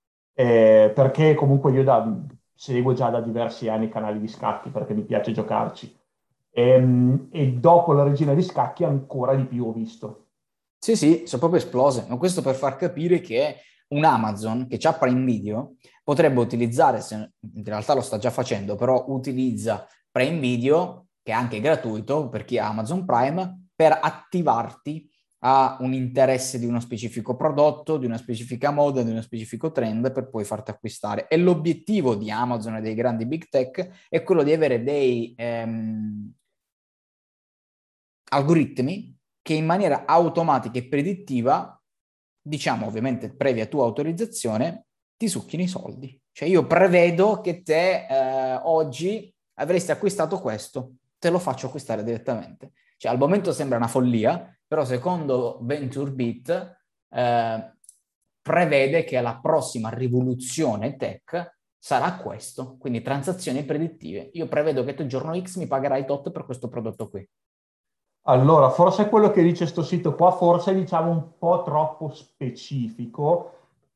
Eh, perché comunque io da- seguo già da diversi anni i canali di scacchi perché mi piace giocarci. Ehm, E, dopo la regina di scacchi ancora di più ho visto. Sì, sì, sono proprio esplose, ma questo per far capire che un Amazon che ha Prime Video potrebbe utilizzare, se in realtà lo sta già facendo, però utilizza Prime Video, che è anche gratuito per chi ha Amazon Prime, per attivarti ha un interesse di uno specifico prodotto, di una specifica moda, di uno specifico trend per poi farti acquistare. E l'obiettivo di Amazon e dei grandi big tech è quello di avere dei ehm, algoritmi che in maniera automatica e predittiva, diciamo ovviamente previa tua autorizzazione, ti succhino i soldi. Cioè io prevedo che te eh, oggi avresti acquistato questo, te lo faccio acquistare direttamente. Cioè al momento sembra una follia, però secondo VentureBeat eh, prevede che la prossima rivoluzione tech sarà questo, quindi transazioni predittive. Io prevedo che tu giorno X mi pagherai tot per questo prodotto qui. Allora, forse quello che dice sto sito qua, forse è diciamo un po' troppo specifico,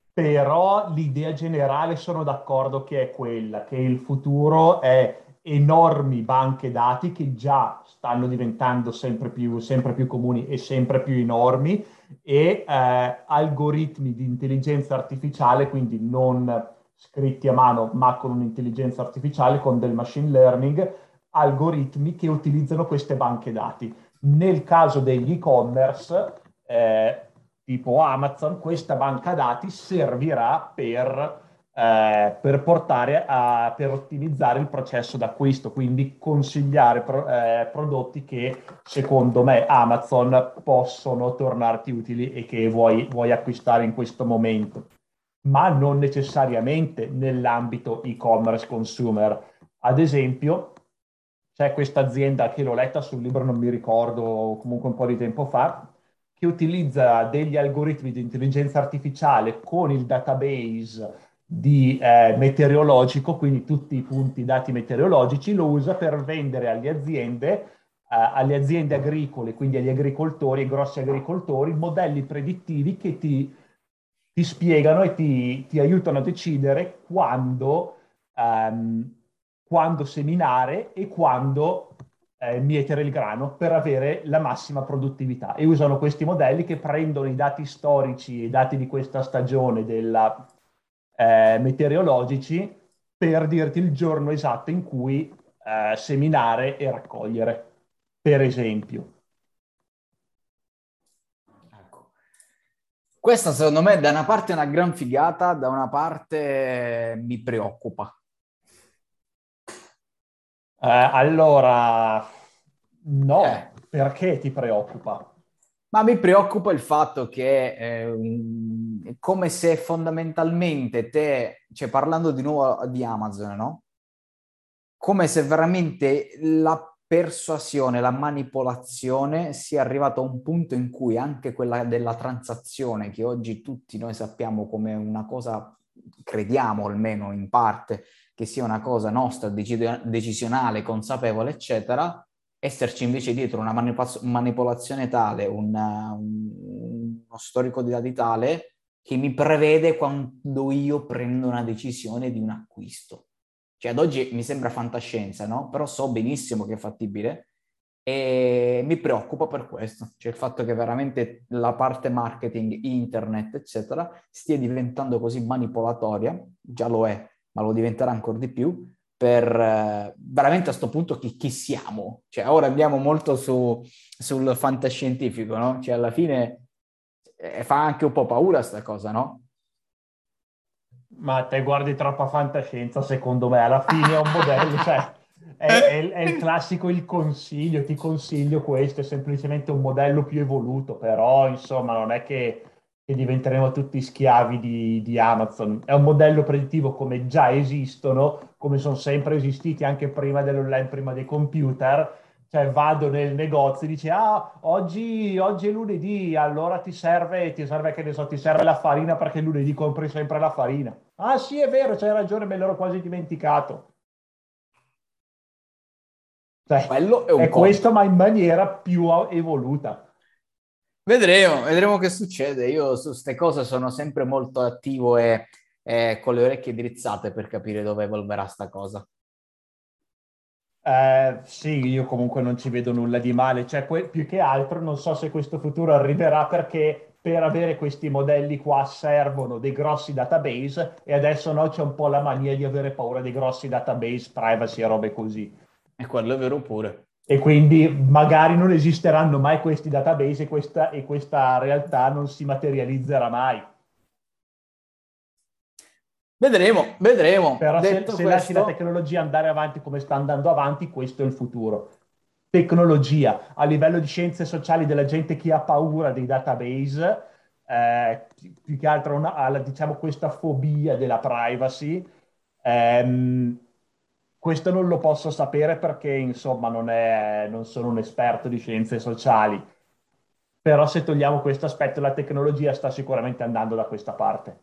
però l'idea generale sono d'accordo che è quella, che il futuro è enormi banche dati che già stanno diventando sempre più, sempre più comuni e sempre più enormi e eh, algoritmi di intelligenza artificiale, quindi non scritti a mano, ma con un'intelligenza artificiale, con del machine learning, algoritmi che utilizzano queste banche dati. Nel caso degli e-commerce, eh, tipo Amazon, questa banca dati servirà per, eh, per portare a, per ottimizzare il processo d'acquisto, quindi consigliare pro- eh, prodotti che secondo me Amazon possono tornarti utili e che vuoi, vuoi acquistare in questo momento, ma non necessariamente nell'ambito e-commerce consumer. Ad esempio, c'è questa azienda che l'ho letta sul libro, non mi ricordo, comunque un po' di tempo fa, che utilizza degli algoritmi di intelligenza artificiale con il database di, eh, meteorologico, quindi tutti i punti dati meteorologici, lo usa per vendere alle aziende, eh, alle aziende agricole, quindi agli agricoltori, ai grossi agricoltori, modelli predittivi che ti, ti spiegano e ti, ti aiutano a decidere quando, ehm, quando seminare e quando eh, mietere il grano per avere la massima produttività. E usano questi modelli che prendono i dati storici, i dati di questa stagione della, eh, meteorologici per dirti il giorno esatto in cui eh, seminare e raccogliere, per esempio. Ecco. Questa secondo me da una parte è una gran figata, da una parte mi preoccupa. Eh, allora, Eh, no, perché ti preoccupa? Ma mi preoccupa il fatto che eh, un- è come se fondamentalmente te, cioè parlando di nuovo di Amazon, no? Come se veramente la persuasione, la manipolazione sia arrivata a un punto in cui anche quella della transazione, che oggi tutti noi sappiamo come una cosa, crediamo almeno in parte, che sia una cosa nostra, decid- decisionale, consapevole, eccetera, esserci invece dietro una manipaz- manipolazione tale, una- un- uno storico di dati tale, che mi prevede quando io prendo una decisione di un acquisto. Cioè ad oggi mi sembra fantascienza, no? Però so benissimo che è fattibile e mi preoccupa per questo. Cioè il fatto che veramente la parte marketing, internet, eccetera, stia diventando così manipolatoria, già lo è, ma lo diventerà ancora di più, per eh, veramente a sto punto chi, chi siamo? Cioè ora andiamo molto su, sul fantascientifico, no? Cioè alla fine eh, fa anche un po' paura sta cosa, no? Ma te guardi troppa fantascienza, secondo me. Alla fine è un modello, cioè è, è- è il classico il consiglio, ti consiglio questo, è semplicemente un modello più evoluto, però insomma non è che, che diventeremo tutti schiavi di, di Amazon. È un modello predittivo come già esistono, come sono sempre esistiti anche prima dell'online, prima dei computer. Cioè vado nel negozio e dice, ah, oggi, oggi è lunedì, allora ti serve, ti serve, che ne so, ti serve la farina perché lunedì compri sempre la farina. Ah sì, è vero, c'hai ragione, me l'ero quasi dimenticato. Cioè, Quello è un è questo, conto. ma in maniera più evoluta. Vedremo, vedremo che succede. Io su queste cose sono sempre molto attivo e, e con le orecchie drizzate per capire dove evolverà sta cosa. Eh, sì, io comunque non ci vedo nulla di male, cioè que- più che altro non so se questo futuro arriverà perché per avere questi modelli qua servono dei grossi database e adesso no, c'è un po' la mania di avere paura dei grossi database, privacy e robe così. E quello è vero pure. E quindi magari non esisteranno mai questi database e questa, e questa realtà non si materializzerà mai. Vedremo, vedremo. Però se, Detto se lasci la questo, tecnologia andare avanti come sta andando avanti, questo è il futuro. Tecnologia a livello di scienze sociali della gente che ha paura dei database, eh, più che altro una- ha la- diciamo questa fobia della privacy. Ehm, Questo non lo posso sapere perché insomma non è- non sono un esperto di scienze sociali, però se togliamo questo aspetto la tecnologia sta sicuramente andando da questa parte.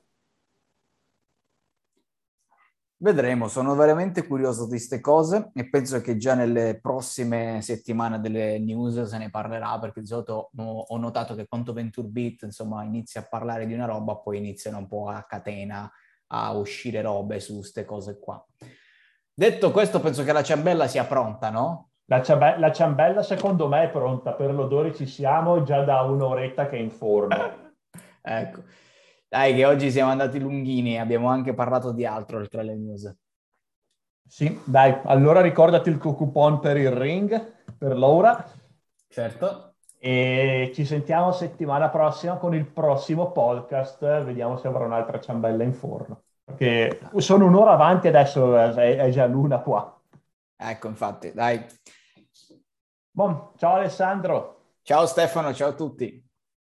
vedremo. Sono veramente curioso di queste cose e penso che già nelle prossime settimane delle news se ne parlerà, perché di solito ho ho notato che quando Venture Beat, insomma, inizia a parlare di una roba, poi iniziano un po' a catena a uscire robe su queste cose qua. Detto questo, penso che la ciambella sia pronta, no? La, ciabe- la ciambella secondo me è pronta, per l'odore ci siamo già da un'oretta che è in forno. Ecco. Dai, che oggi siamo andati lunghini e abbiamo anche parlato di altro oltre alle news. Sì, dai, allora ricordati il tuo coupon per il ring, per Laura, Certo. e ci sentiamo settimana prossima con il prossimo podcast. Vediamo se avrà un'altra ciambella in forno. Perché sono un'ora avanti adesso, è, è già l'una qua. Ecco, infatti, dai. Buon, ciao Alessandro. Ciao Stefano, ciao a tutti.